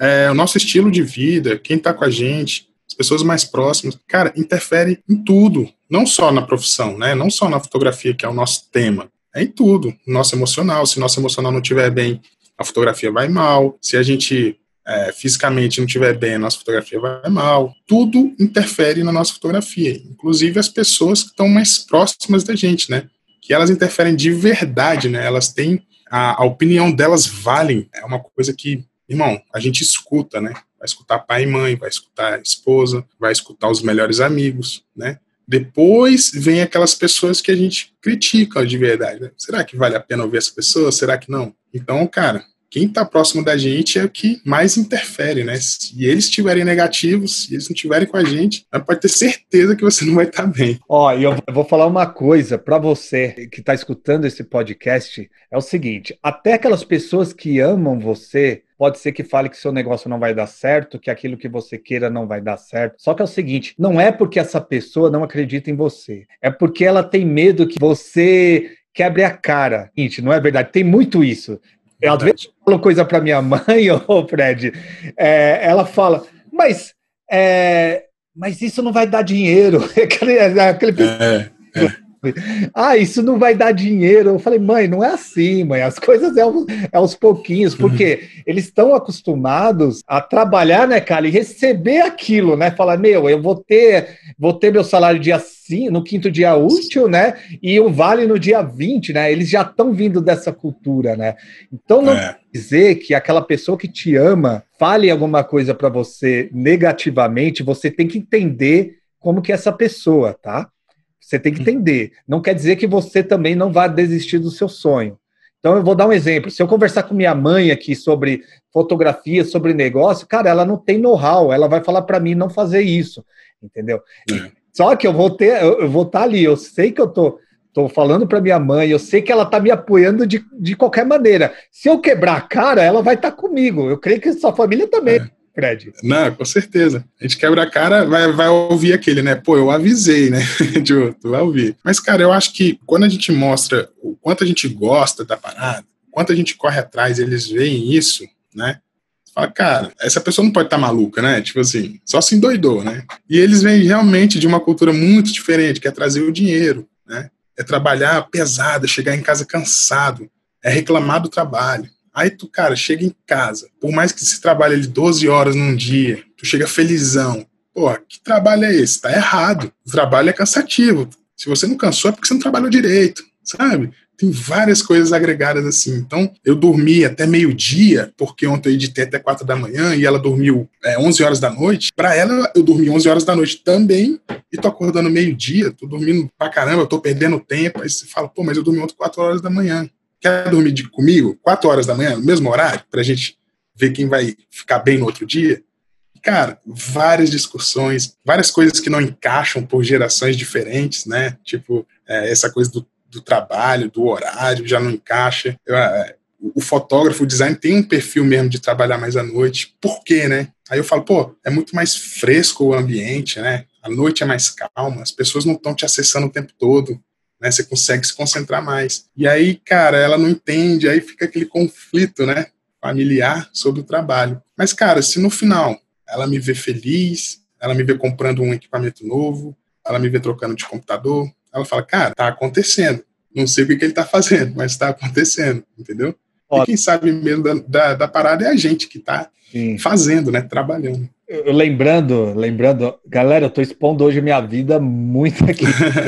o nosso estilo de vida, quem está com a gente, as pessoas mais próximas, cara, interfere em tudo, não só na profissão, né? Não só na fotografia, que é o nosso tema, é em tudo. Nosso emocional, se nosso emocional não estiver bem, a fotografia vai mal. Se a gente fisicamente não estiver bem, a nossa fotografia vai mal. Tudo interfere na nossa fotografia, inclusive as pessoas que estão mais próximas da gente, né? Que elas interferem de verdade, né? Elas têm, a opinião delas valem. É uma coisa que, irmão, a gente escuta, né? Vai escutar pai e mãe, vai escutar a esposa, vai escutar os melhores amigos, né? Depois vem aquelas pessoas que a gente critica de verdade, né? Será que vale a pena ouvir essa pessoa? Será que não? Então, cara, quem está próximo da gente é o que mais interfere, né? Se eles estiverem negativos, se eles não estiverem com a gente, pode ter certeza que você não vai estar bem. Ó, e eu vou falar uma coisa para você que está escutando esse podcast, é o seguinte, até aquelas pessoas que amam você, pode ser que fale que seu negócio não vai dar certo, que aquilo que você queira não vai dar certo. Só que é o seguinte, não é porque essa pessoa não acredita em você, é porque ela tem medo que você quebre a cara. Gente, não é verdade? Tem muito isso. Às vezes eu falo coisa para minha mãe, ô Fred, ela fala, mas isso não vai dar dinheiro. Isso não vai dar dinheiro. Eu falei, mãe, não é assim, mãe. As coisas é aos pouquinhos, porque eles estão acostumados a trabalhar, né, cara, e receber aquilo, né? Falar, eu vou ter meu salário dia 5, no quinto dia útil, né? E o vale no dia 20, né? Eles já estão vindo dessa cultura, né? Então não quer dizer que aquela pessoa que te ama fale alguma coisa para você negativamente, você tem que entender como que é essa pessoa, tá? Você tem que entender. Não quer dizer que você também não vai desistir do seu sonho. Então, eu vou dar um exemplo. Se eu conversar com minha mãe aqui sobre fotografia, sobre negócio, cara, ela não tem know-how. Ela vai falar para mim não fazer isso, entendeu? Só que eu vou estar ali. Eu sei que eu tô falando para minha mãe, eu sei que ela tá me apoiando de qualquer maneira. Se eu quebrar a cara, ela vai estar comigo. Eu creio que sua família também. Fred. Não, com certeza. A gente quebra a cara, vai ouvir aquele, né? Pô, eu avisei, né? Tu vai ouvir. Mas, cara, eu acho que quando a gente mostra o quanto a gente gosta da parada, o quanto a gente corre atrás, eles veem isso, né? Você fala, cara, essa pessoa não pode estar maluca, né? Tipo assim, só se endoidou, né? E eles vêm realmente de uma cultura muito diferente, que é trazer o dinheiro, né? É trabalhar pesado, chegar em casa cansado, é reclamar do trabalho. Aí tu, cara, chega em casa, por mais que você trabalhe ali 12 horas num dia, tu chega felizão. Pô, que trabalho é esse? Tá errado. O trabalho é cansativo. Se você não cansou é porque você não trabalhou direito, sabe? Tem várias coisas agregadas assim. Então, eu dormi até meio-dia, porque ontem eu editei até 4 da manhã e ela dormiu 11 horas da noite. Pra ela, eu dormi 11 horas da noite também e tô acordando meio-dia, tô dormindo pra caramba, eu tô perdendo tempo. Aí você fala, pô, mas eu dormi ontem 4 horas da manhã. Quer dormir comigo 4 horas da manhã, no mesmo horário, pra gente ver quem vai ficar bem no outro dia? Cara, várias discussões, várias coisas que não encaixam por gerações diferentes, né? Tipo, essa coisa do trabalho, do horário, já não encaixa. O fotógrafo, o design tem um perfil mesmo de trabalhar mais à noite. Por quê, né? Aí eu falo, pô, é muito mais fresco o ambiente, né? A noite é mais calma, as pessoas não estão te acessando o tempo todo. Né, você consegue se concentrar mais. E aí, cara, ela não entende, aí fica aquele conflito, né, familiar sobre o trabalho. Mas, cara, se no final ela me vê feliz, ela me vê comprando um equipamento novo, ela me vê trocando de computador, ela fala, cara, tá acontecendo. Não sei o que ele tá fazendo, mas tá acontecendo, entendeu? E quem sabe mesmo da parada é a gente que tá fazendo, né, trabalhando. Lembrando, galera, eu tô expondo hoje minha vida muito aqui.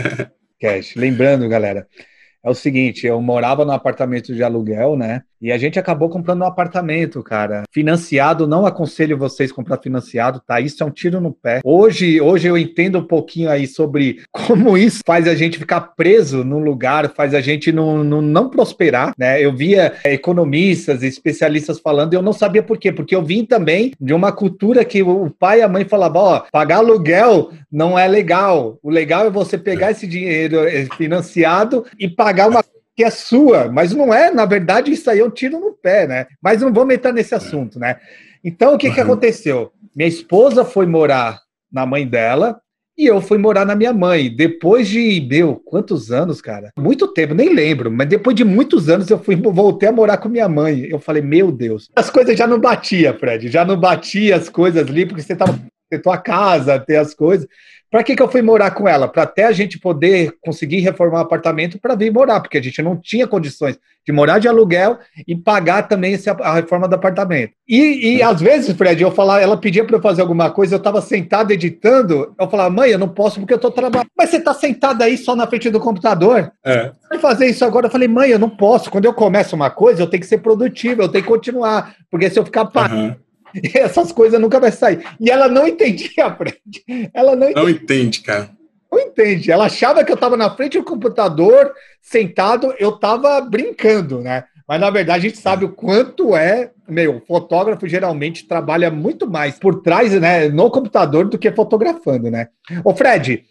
Lembrando, galera, é o seguinte, eu morava num apartamento de aluguel, né? E a gente acabou comprando um apartamento, cara. Financiado, não aconselho vocês a comprar financiado, tá? Isso é um tiro no pé. Hoje eu entendo um pouquinho aí sobre como isso faz a gente ficar preso num lugar, faz a gente não prosperar, né? Eu via economistas e especialistas falando e eu não sabia por quê, porque eu vim também de uma cultura que o pai e a mãe falavam, ó, pagar aluguel não é legal. O legal é você pegar esse dinheiro financiado e pagar uma que é sua, mas não é, na verdade, isso aí é um tiro no pé, né? Mas não vou entrar nesse assunto, né? Então, o que aconteceu? Minha esposa foi morar na mãe dela E eu fui morar na minha mãe. Depois de, quantos anos, cara? Muito tempo, nem lembro. Mas depois de muitos anos voltei a morar com minha mãe. Eu falei, meu Deus. As coisas já não batiam, Fred. Já não batia as coisas ali, porque você tava ter tua casa, ter as coisas. Para que eu fui morar com ela? Para até a gente poder conseguir reformar o apartamento para vir morar, porque a gente não tinha condições de morar de aluguel e pagar também a reforma do apartamento. E às vezes, Fred, ela pedia para eu fazer alguma coisa, eu estava sentado editando, eu falava, mãe, eu não posso porque eu estou trabalhando. Mas você está sentado aí só na frente do computador? Vai fazer isso agora? Eu falei, mãe, eu não posso. Quando eu começo uma coisa, eu tenho que ser produtivo, eu tenho que continuar, porque se eu ficar parado, essas coisas nunca vai sair. E ela não entendia, Fred. Ela não entende, cara. Não entende. Ela achava que eu estava na frente do computador, sentado, eu estava brincando, né? Mas, na verdade, a gente sabe o quanto o fotógrafo geralmente trabalha muito mais por trás, né, no computador do que fotografando, né? Ô, Fred,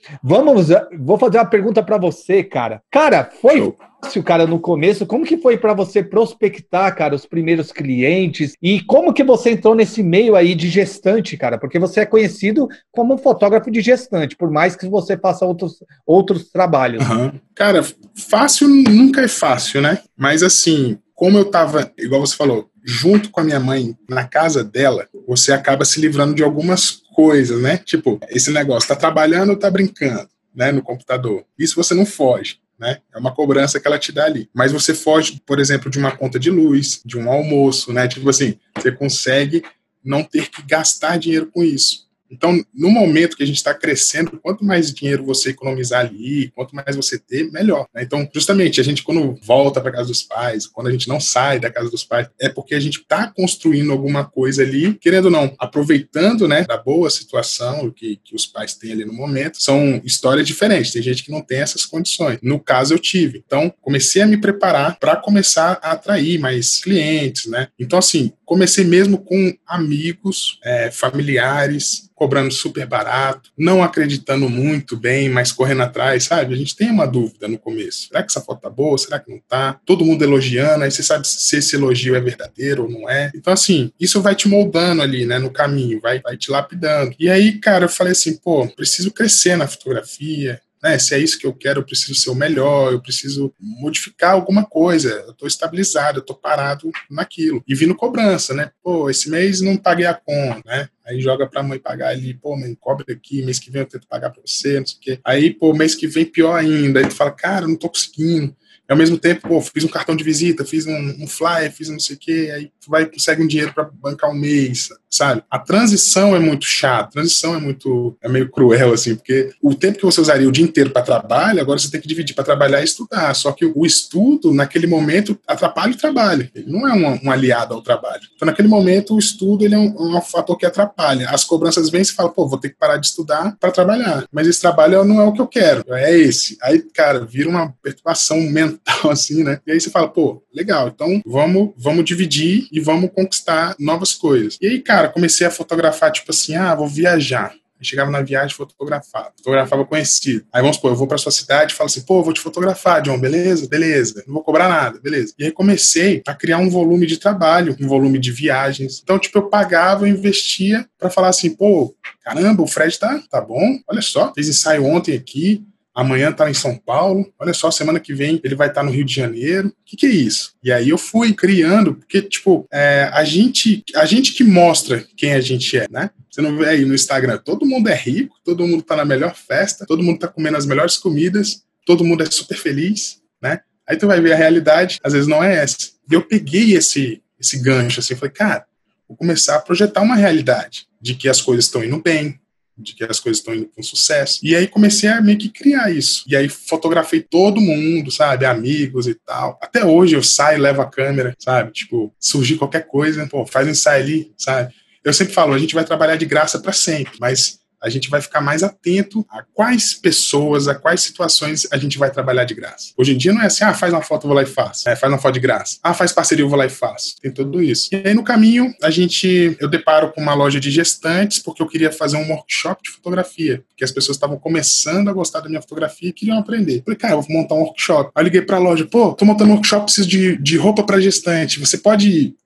vou fazer uma pergunta para você, cara. Cara, foi fácil, cara, no começo? Como que foi para você prospectar, cara, os primeiros clientes? E como que você entrou nesse meio aí de gestante, cara? Porque você é conhecido como fotógrafo de gestante, por mais que você faça outros trabalhos. Cara, fácil nunca é fácil, né? Mas assim, como eu tava, igual você falou, junto com a minha mãe na casa dela, você acaba se livrando de algumas coisas, né? Tipo, esse negócio, tá trabalhando ou tá brincando, né, no computador. Isso você não foge, né? É uma cobrança que ela te dá ali. Mas você foge, por exemplo, de uma conta de luz, de um almoço, né? Tipo assim, você consegue não ter que gastar dinheiro com isso. Então, no momento que a gente está crescendo, quanto mais dinheiro você economizar ali, quanto mais você ter, melhor, né? Então, justamente, a gente quando volta para casa dos pais, quando a gente não sai da casa dos pais, é porque a gente está construindo alguma coisa ali, querendo ou não, aproveitando, né, da boa situação que os pais têm ali no momento. São histórias diferentes, tem gente que não tem essas condições. No caso, eu tive. Então, comecei a me preparar para começar a atrair mais clientes, né? Então, assim, comecei mesmo com amigos, familiares, cobrando super barato, não acreditando muito bem, mas correndo atrás, sabe? A gente tem uma dúvida no começo. Será que essa foto tá boa? Será que não tá? Todo mundo elogiando, aí você sabe se esse elogio é verdadeiro ou não é. Então, assim, isso vai te moldando ali, né, no caminho, vai te lapidando. E aí, cara, eu falei assim, pô, preciso crescer na fotografia, né? Se é isso que eu quero, eu preciso ser o melhor, eu preciso modificar alguma coisa, eu estou estabilizado, eu estou parado naquilo. E vindo cobrança, né? Pô, esse mês não paguei a conta, né? Aí joga pra mãe pagar ali, pô, mãe, cobra aqui, mês que vem eu tento pagar pra você, não sei o quê. Aí, pô, mês que vem pior ainda, aí tu fala, cara, eu não tô conseguindo. E ao mesmo tempo, pô, fiz um cartão de visita, fiz um flyer, fiz não sei o quê, aí tu consegue um dinheiro para bancar um mês, sabe? A transição é muito chata, a transição é meio cruel, assim, porque o tempo que você usaria o dia inteiro para trabalho, agora você tem que dividir para trabalhar e estudar, só que o estudo, naquele momento, atrapalha o trabalho, ele não é um aliado ao trabalho. Então, naquele momento, o estudo, ele é um fator que atrapalha. As cobranças vêm e você fala, pô, vou ter que parar de estudar para trabalhar, mas esse trabalho não é o que eu quero, é esse. Aí, cara, vira uma perturbação mental, assim, né? E aí você fala, pô, legal, então vamos dividir e vamos conquistar novas coisas. E aí, cara, comecei a fotografar, tipo assim, vou viajar. Eu chegava na viagem, fotografava conhecido. Aí vamos supor, eu vou pra sua cidade e falo assim, pô, vou te fotografar, John, beleza? Beleza. Não vou cobrar nada, beleza. E aí comecei a criar um volume de trabalho, um volume de viagens. Então, tipo, eu pagava, eu investia pra falar assim, pô, caramba, o Fred tá bom, olha só, fez ensaio ontem aqui, amanhã tá em São Paulo, olha só, semana que vem ele vai estar no Rio de Janeiro, o que é isso? E aí eu fui criando, porque, tipo, a gente que mostra quem a gente é, né? Você não vê aí no Instagram, todo mundo é rico, todo mundo tá na melhor festa, todo mundo tá comendo as melhores comidas, todo mundo é super feliz, né? Aí tu vai ver a realidade, às vezes não é essa. E eu peguei esse gancho, assim, falei, cara, vou começar a projetar uma realidade de que as coisas estão indo bem, de que as coisas estão indo com sucesso. E aí comecei a meio que criar isso. E aí fotografei todo mundo, sabe? Amigos e tal. Até hoje eu saio, levo a câmera, sabe? Tipo, surgir qualquer coisa, pô, faz um ensaio ali, sabe? Eu sempre falo, a gente vai trabalhar de graça para sempre, mas a gente vai ficar mais atento a quais pessoas, a quais situações a gente vai trabalhar de graça. Hoje em dia não é assim, faz uma foto, eu vou lá e faço. Faz uma foto de graça. Faz parceria, eu vou lá e faço. Tem tudo isso. E aí no caminho, eu deparo com uma loja de gestantes, porque eu queria fazer um workshop de fotografia, porque as pessoas estavam começando a gostar da minha fotografia e queriam aprender. Falei, cara, eu vou montar um workshop. Aí eu liguei pra loja, pô, tô montando um workshop, preciso de roupa pra gestante. Você pode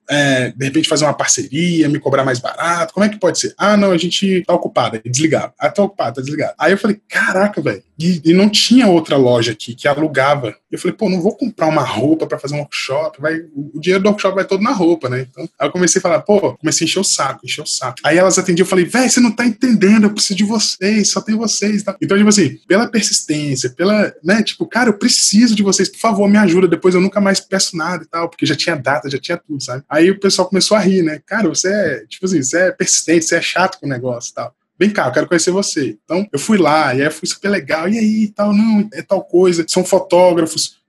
de repente fazer uma parceria, me cobrar mais barato? Como é que pode ser? Ah, não, a gente tá ocupado, desligado. Ah, tá ocupado, tá desligado. Aí eu falei, caraca, velho. E não tinha outra loja aqui que alugava. Eu falei, pô, não vou comprar uma roupa pra fazer um workshop, o dinheiro do workshop vai todo na roupa, né? Então, aí eu comecei a falar, pô, comecei a encher o saco. Aí elas atendiam, eu falei, velho, você não tá entendendo, eu preciso de vocês, só tem vocês, tá? Então, tipo assim, pela persistência, né, tipo, cara, eu preciso de vocês, por favor, me ajuda, depois eu nunca mais peço nada e tal, porque já tinha data, já tinha tudo, sabe? Aí o pessoal começou a rir, né? Cara, você é, tipo assim, você é persistente, você é chato com o negócio e tal. Vem cá, eu quero conhecer você. Então, eu fui lá, e aí foi super legal. E aí, tal, não, é tal coisa. São fotógrafos,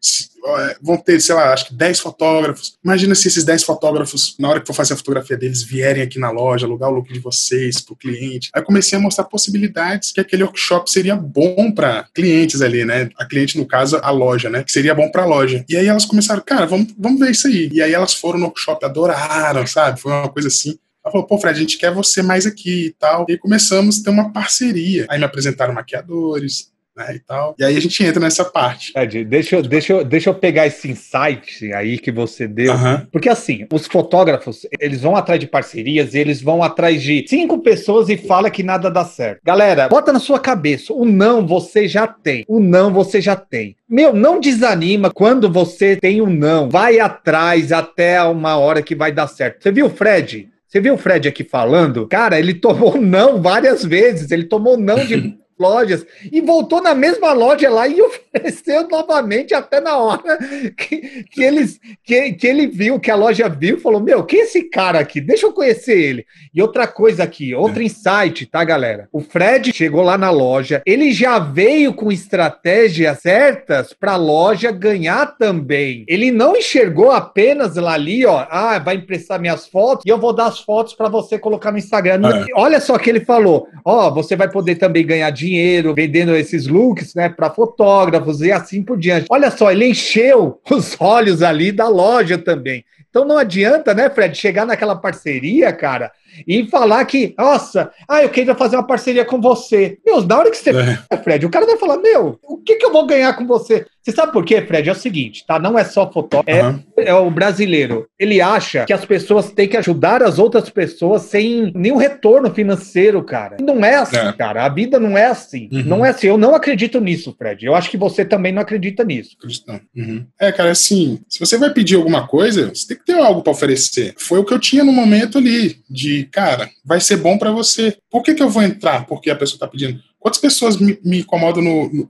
vão ter, sei lá, acho que 10 fotógrafos. Imagina se esses 10 fotógrafos, na hora que for fazer a fotografia deles, vierem aqui na loja, alugar o look de vocês pro cliente. Aí eu comecei a mostrar possibilidades que aquele workshop seria bom para clientes ali, né? A cliente, no caso, a loja, né? Que seria bom pra loja. E aí elas começaram, cara, vamos ver isso aí. E aí elas foram no workshop, adoraram, sabe? Foi uma coisa assim. Ela falou, pô, Fred, a gente quer você mais aqui e tal. E aí começamos a ter uma parceria. Aí me apresentaram maquiadores, né, e tal. E aí a gente entra nessa parte. Ed, deixa eu pegar esse insight aí que você deu. Porque assim, os fotógrafos, eles vão atrás de parcerias, eles vão atrás de 5 pessoas e fala que nada dá certo. Galera, bota na sua cabeça, o não você já tem. O não você já tem. Meu, não desanima quando você tem um não. Vai atrás até uma hora que vai dar certo. Você viu o Fred? Você viu o Fred aqui falando? Cara, ele tomou não várias vezes. Ele tomou não de lojas e voltou na mesma loja lá e ofereceu novamente até na hora que ele viu, que a loja viu e falou, meu, quem é esse cara aqui? Deixa eu conhecer ele. E outra coisa aqui, outro insight, tá, galera? O Fred chegou lá na loja, ele já veio com estratégias certas para a loja ganhar também. Ele não enxergou apenas lá ali, ó, vai emprestar minhas fotos e eu vou dar as fotos para você colocar no Instagram. Olha só o que ele falou, você vai poder também ganhar dinheiro vendendo esses looks, né, para fotógrafos e assim por diante. Olha só, ele encheu os olhos ali da loja também. Então não adianta, né, Fred, chegar naquela parceria, cara, e falar que, nossa, eu queria fazer uma parceria com você. Meu, na hora que você Fred, o cara vai falar, meu, o que eu vou ganhar com você? Você sabe por quê, Fred? É o seguinte, tá? Não é só fotógrafo, é o brasileiro. Ele acha que as pessoas têm que ajudar as outras pessoas sem nenhum retorno financeiro, cara. Não é assim, cara. A vida não é assim. Não é assim. Eu não acredito nisso, Fred. Eu acho que você também não acredita nisso. Cara, assim, se você vai pedir alguma coisa, você tem que ter algo para oferecer. Foi o que eu tinha no momento ali, de, cara, vai ser bom para você. Por que eu vou entrar? Porque a pessoa tá pedindo. Quantas pessoas me incomodam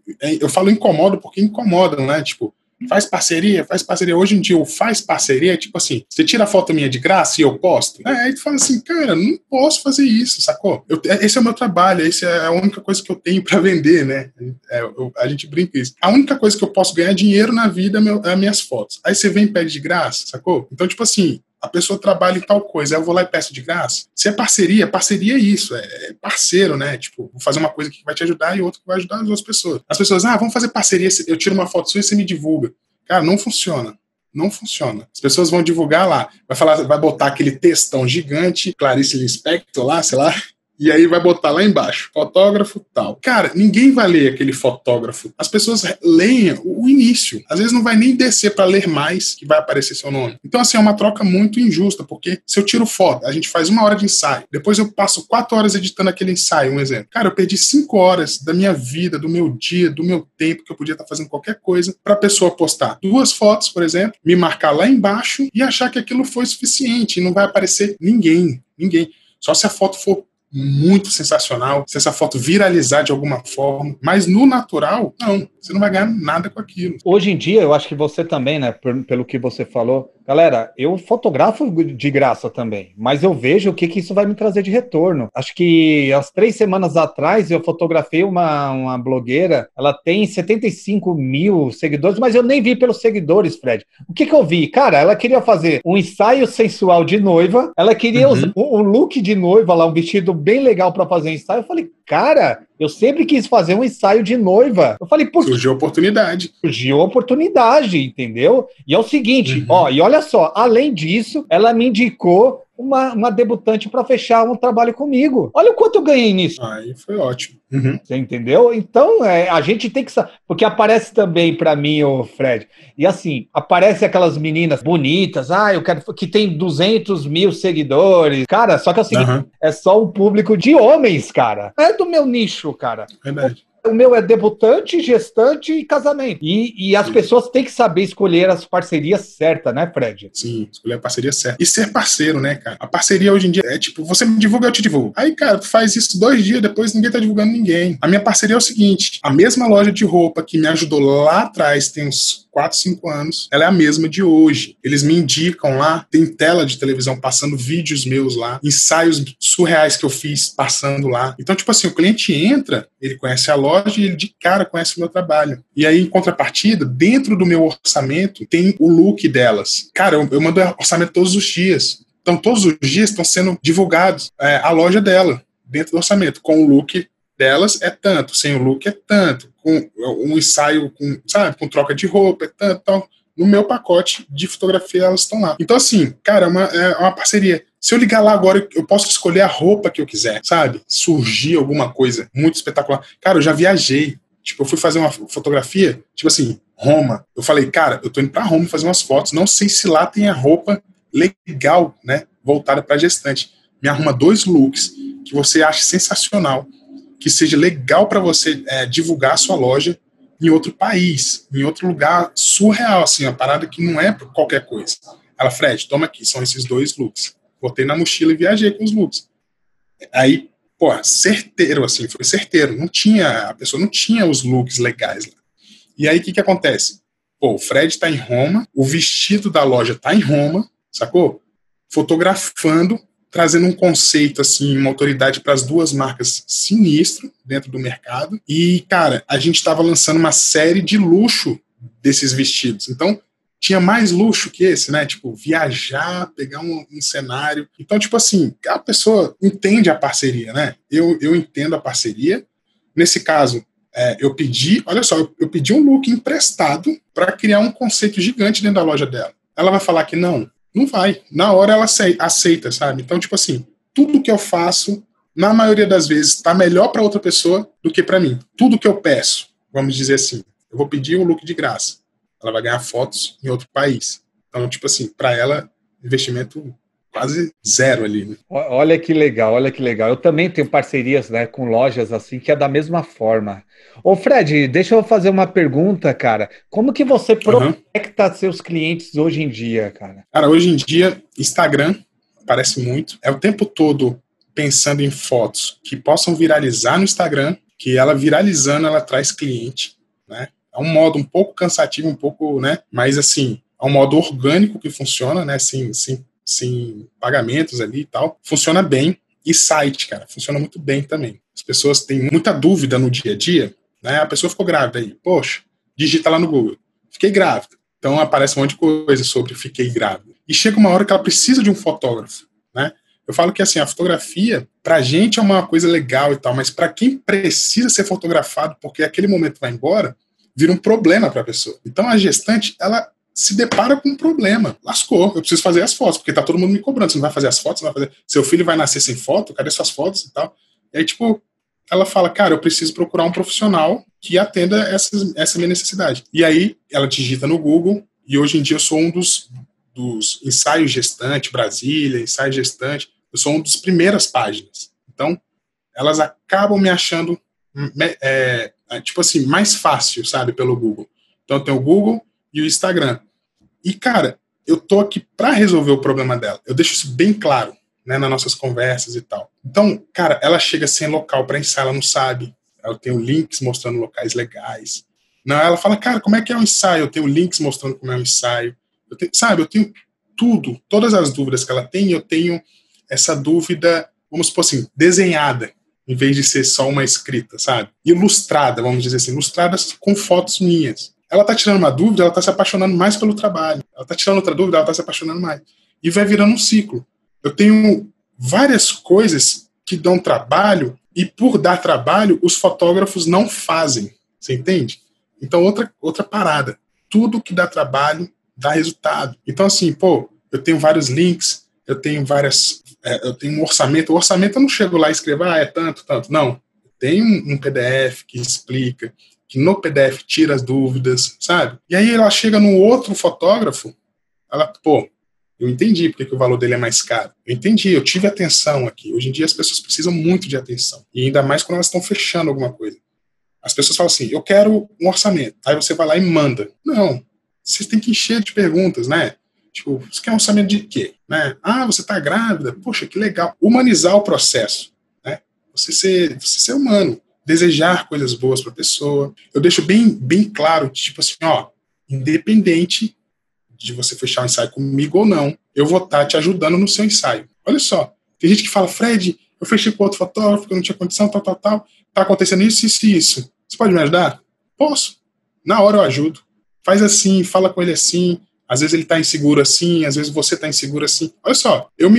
eu falo incomodo porque incomodam, né? Tipo, faz parceria. Hoje em dia, o faz parceria é tipo assim, você tira a foto minha de graça e eu posto. Aí tu fala assim, cara, não posso fazer isso, sacou? Esse é o meu trabalho, essa é a única coisa que eu tenho pra vender, né? A gente brinca isso. A única coisa que eu posso ganhar dinheiro na vida é as minhas fotos. Aí você vem e pede de graça, sacou? Então, tipo assim, a pessoa trabalha em tal coisa, aí eu vou lá e peço de graça. Se é parceria é isso, é parceiro, né? Tipo, vou fazer uma coisa que vai te ajudar e outra que vai ajudar as outras pessoas. As pessoas, vamos fazer parceria, eu tiro uma foto sua e você me divulga. Cara, não funciona. Não funciona. As pessoas vão divulgar lá, vai botar aquele textão gigante, Clarice Lispector lá, sei lá, e aí vai botar lá embaixo, fotógrafo tal. Cara, ninguém vai ler aquele fotógrafo. As pessoas leem o início. Às vezes não vai nem descer para ler mais que vai aparecer seu nome. Então, assim, é uma troca muito injusta, porque se eu tiro foto, a gente faz 1 hora de ensaio, depois eu passo 4 horas editando aquele ensaio, um exemplo. Cara, eu perdi 5 horas da minha vida, do meu dia, do meu tempo, que eu podia estar fazendo qualquer coisa, para a pessoa postar 2 fotos, por exemplo, me marcar lá embaixo e achar que aquilo foi suficiente e não vai aparecer ninguém. Só se a foto for muito sensacional, se essa foto viralizar de alguma forma, mas no natural, não, você não vai ganhar nada com aquilo. Hoje em dia, eu acho que você também, né, pelo que você falou, galera, eu fotografo de graça também, mas eu vejo o que isso vai me trazer de retorno. Acho que há 3 semanas atrás eu fotografei uma blogueira, ela tem 75 mil seguidores, mas eu nem vi pelos seguidores, Fred. O que eu vi? Cara, ela queria fazer um ensaio sensual de noiva, ela queria usar um look de noiva lá, um vestido bem legal para fazer um ensaio. Eu falei, cara, eu sempre quis fazer um ensaio de noiva. Eu falei, por quê? Surgiu oportunidade. Surgiu oportunidade, entendeu? E é o seguinte, e olha só, além disso, ela me indicou uma debutante para fechar um trabalho comigo. Olha o quanto eu ganhei nisso. Aí foi ótimo. Uhum. Você entendeu? Então, a gente tem que saber. Porque aparece também para mim, o Fred. E assim, aparece aquelas meninas bonitas. Eu quero que tem 200 mil seguidores. Cara, só que é o seguinte, é só um público de homens, cara. Não é do meu nicho, cara. Verdade. O meu é debutante, gestante e casamento. E as pessoas têm que saber escolher as parcerias certas, né, Fred? Sim, escolher a parceria certa. E ser parceiro, né, cara? A parceria hoje em dia é tipo, você me divulga, eu te divulgo. Aí, cara, tu faz isso 2 dias, depois ninguém tá divulgando ninguém. A minha parceria é o seguinte, a mesma loja de roupa que me ajudou lá atrás, tem uns 4, 5 anos, ela é a mesma de hoje. Eles me indicam lá, tem tela de televisão passando vídeos meus lá, ensaios surreais que eu fiz passando lá. Então, tipo assim, o cliente entra, ele conhece a loja e ele de cara conhece o meu trabalho. E aí, em contrapartida, dentro do meu orçamento, tem o look delas. Cara, eu mando orçamento todos os dias. Então, todos os dias estão sendo divulgados a loja dela, dentro do orçamento. Com o look delas é tanto, sem o look é tanto, com um ensaio com troca de roupa é tanto, tal. No meu pacote de fotografia elas estão lá. Então, assim, cara, é uma parceria. Se eu ligar lá agora, eu posso escolher a roupa que eu quiser, sabe? Surgir alguma coisa muito espetacular. Cara, eu já viajei. Tipo, eu fui fazer uma fotografia, tipo assim, Roma. Eu falei, cara, eu tô indo pra Roma fazer umas fotos. Não sei se lá tem a roupa legal, né? Voltada pra gestante. Me arruma 2 looks que você acha sensacional, que seja legal pra você divulgar a sua loja em outro país, em outro lugar surreal, assim, uma parada que não é qualquer coisa. Ela, Fred, toma aqui, são esses 2 looks. Botei na mochila e viajei com os looks. Aí, pô, certeiro, assim, foi certeiro. A pessoa não tinha os looks legais lá. E aí, o que acontece? Pô, o Fred tá em Roma, o vestido da loja tá em Roma, sacou? Fotografando, trazendo um conceito, assim, uma autoridade para as 2 marcas sinistro dentro do mercado. E, cara, a gente estava lançando uma série de luxo desses vestidos. Então, tinha mais luxo que esse, né? Tipo, viajar, pegar um cenário. Então, tipo assim, a pessoa entende a parceria, né? Eu entendo a parceria. Nesse caso, eu pedi, olha só, eu pedi um look emprestado para criar um conceito gigante dentro da loja dela. Ela vai falar que não? Não vai. Na hora ela aceita, sabe? Então, tipo assim, tudo que eu faço, na maioria das vezes, tá melhor para outra pessoa do que para mim. Tudo que eu peço, vamos dizer assim, eu vou pedir um look de graça. Ela vai ganhar fotos em outro país. Então, tipo assim, para ela, investimento quase 0 ali, né? Olha que legal, olha que legal. Eu também tenho parcerias, né, com lojas assim, que é da mesma forma. Ô Fred, deixa eu fazer uma pergunta, cara. Como que você prospecta seus clientes hoje em dia, cara? Cara, hoje em dia, Instagram aparece muito. É o tempo todo pensando em fotos que possam viralizar no Instagram, que ela viralizando, ela traz cliente, né? É um modo um pouco cansativo, um pouco, né? Mas, assim, é um modo orgânico que funciona, né? Sem pagamentos ali e tal. Funciona bem. E site, cara, funciona muito bem também. As pessoas têm muita dúvida no dia a dia, né? A pessoa ficou grávida aí. Poxa, digita lá no Google. Fiquei grávida. Então, aparece um monte de coisa sobre fiquei grávida. E chega uma hora que ela precisa de um fotógrafo, né? Eu falo que, assim, a fotografia, pra gente é uma coisa legal e tal, mas pra quem precisa ser fotografado, porque aquele momento vai embora, vira um problema para a pessoa. Então, a gestante, ela se depara com um problema. Lascou, eu preciso fazer as fotos, porque tá todo mundo me cobrando. Você não vai fazer as fotos? Não vai fazer... Seu filho vai nascer sem foto? Cadê suas fotos e tal? E aí, tipo, ela fala, cara, eu preciso procurar um profissional que atenda essa minha necessidade. E aí, ela digita no Google, e hoje em dia eu sou um dos ensaios gestante, Brasília, ensaio gestante, eu sou uma das primeiras páginas. Então, elas acabam me achando tipo assim, mais fácil, sabe, pelo Google. Então tem o Google e o Instagram. E, cara, eu tô aqui para resolver o problema dela. Eu deixo isso bem claro, né, nas nossas conversas e tal. Então, cara, ela chega sem local para ensaiar, ela não sabe. Eu tenho links mostrando locais legais. Não, ela fala, cara, como é que é o ensaio? Eu tenho links mostrando como é o ensaio. Eu tenho tudo, todas as dúvidas que ela tem, eu tenho essa dúvida, vamos supor assim, desenhada, em vez de ser só uma escrita, sabe? Ilustrada, vamos dizer assim, ilustrada com fotos minhas. Ela tá tirando uma dúvida, ela tá se apaixonando mais pelo trabalho. Ela tá tirando outra dúvida, ela tá se apaixonando mais. E vai virando um ciclo. Eu tenho várias coisas que dão trabalho e por dar trabalho, os fotógrafos não fazem. Você entende? Então, outra parada. Tudo que dá trabalho, dá resultado. Então, assim, pô, eu tenho vários links, eu tenho eu tenho um orçamento. O orçamento eu não chego lá e escrevo, é tanto. Não. Tem um PDF que explica, que no PDF tira as dúvidas, sabe? E aí ela chega no outro fotógrafo, ela, eu entendi porque que o valor dele é mais caro. Eu entendi, eu tive atenção aqui. Hoje em dia as pessoas precisam muito de atenção. E ainda mais quando elas estão fechando alguma coisa. As pessoas falam assim, eu quero um orçamento. Aí você vai lá e manda. Não, vocês têm que encher de perguntas, né? Tipo, você quer um orçamento de quê? Né? Você tá grávida? Poxa, que legal. Humanizar o processo. Você ser humano, desejar coisas boas para a pessoa. Eu deixo bem claro, tipo assim, independente de você fechar o ensaio comigo ou não, eu vou estar te ajudando no seu ensaio. Olha só, tem gente que fala, Fred, eu fechei com outro fotógrafo, que eu não tinha condição, tal, tá acontecendo isso. Você pode me ajudar? Posso. Na hora eu ajudo. Faz assim, fala com ele assim. Às vezes ele está inseguro assim, às vezes você está inseguro assim. Olha só, eu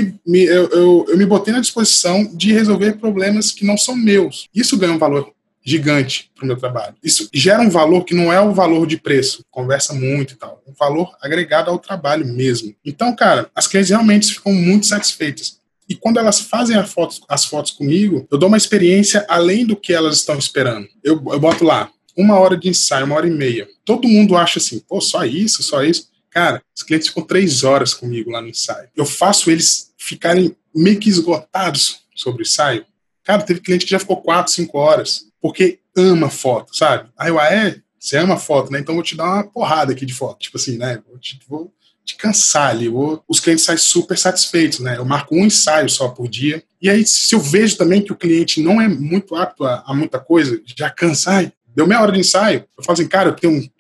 me botei na disposição de resolver problemas que não são meus. Isso ganha um valor gigante para o meu trabalho. Isso gera um valor que não é o valor de preço, conversa muito e tal. Um valor agregado ao trabalho mesmo. Então, cara, as clientes realmente ficam muito satisfeitas. E quando elas fazem as fotos comigo, eu dou uma experiência além do que elas estão esperando. Eu boto lá 1 hora de ensaio, 1h30. Todo mundo acha assim, só isso? Cara, os clientes ficam 3 horas comigo lá no ensaio. Eu faço eles ficarem meio que esgotados sobre o ensaio. Cara, teve cliente que já ficou 4, 5 horas, porque ama foto, sabe? Aí eu, você ama foto, né? Então eu vou te dar uma porrada aqui de foto. Tipo assim, né? Vou te cansar ali. Os clientes saem super satisfeitos, né? Eu marco um ensaio só por dia. E aí, se eu vejo também que o cliente não é muito apto a muita coisa, já cansa, deu meia hora de ensaio, eu falo assim, cara,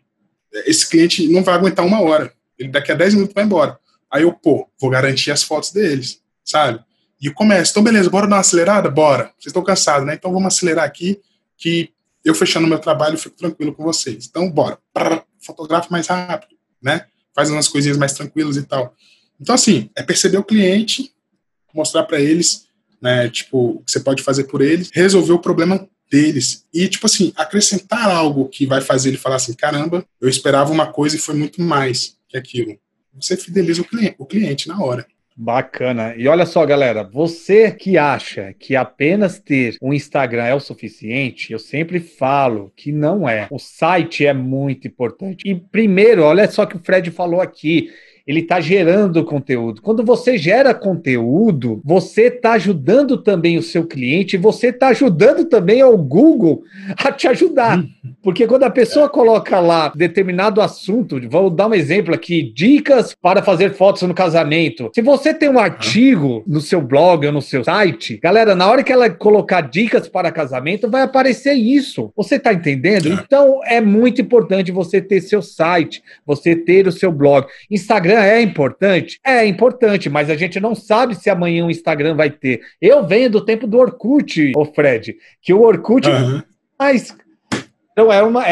esse cliente não vai aguentar 1 hora. Ele daqui a 10 minutos vai embora. Aí eu, vou garantir as fotos deles, sabe? E eu começo, então beleza, bora dar uma acelerada? Bora. Vocês estão cansados, né? Então vamos acelerar aqui, que eu fechando meu trabalho, eu fico tranquilo com vocês. Então bora. Fotografa mais rápido, né? Faz umas coisinhas mais tranquilas e tal. Então assim, é perceber o cliente, mostrar para eles, né, tipo, o que você pode fazer por eles, resolver o problema deles. E, tipo assim, acrescentar algo que vai fazer ele falar assim, caramba, eu esperava uma coisa e foi muito mais que aquilo. Você fideliza o cliente na hora. Bacana. E olha só, galera, você que acha que apenas ter um Instagram é o suficiente, eu sempre falo que não é. O site é muito importante. E primeiro, olha só o que o Fred falou aqui, ele está gerando conteúdo. Quando você gera conteúdo, você está ajudando também o seu cliente, você está ajudando também ao Google a te ajudar. Porque quando a pessoa coloca lá determinado assunto, vou dar um exemplo aqui, dicas para fazer fotos no casamento. Se você tem um artigo no seu blog ou no seu site, galera, na hora que ela colocar dicas para casamento, vai aparecer isso. Você está entendendo? Então, é muito importante você ter seu site, você ter o seu blog. Instagram é importante? É importante, mas a gente não sabe se amanhã o Instagram vai ter. Eu venho do tempo do Orkut, ô Fred, que o Orkut... Mas... Então, era uma...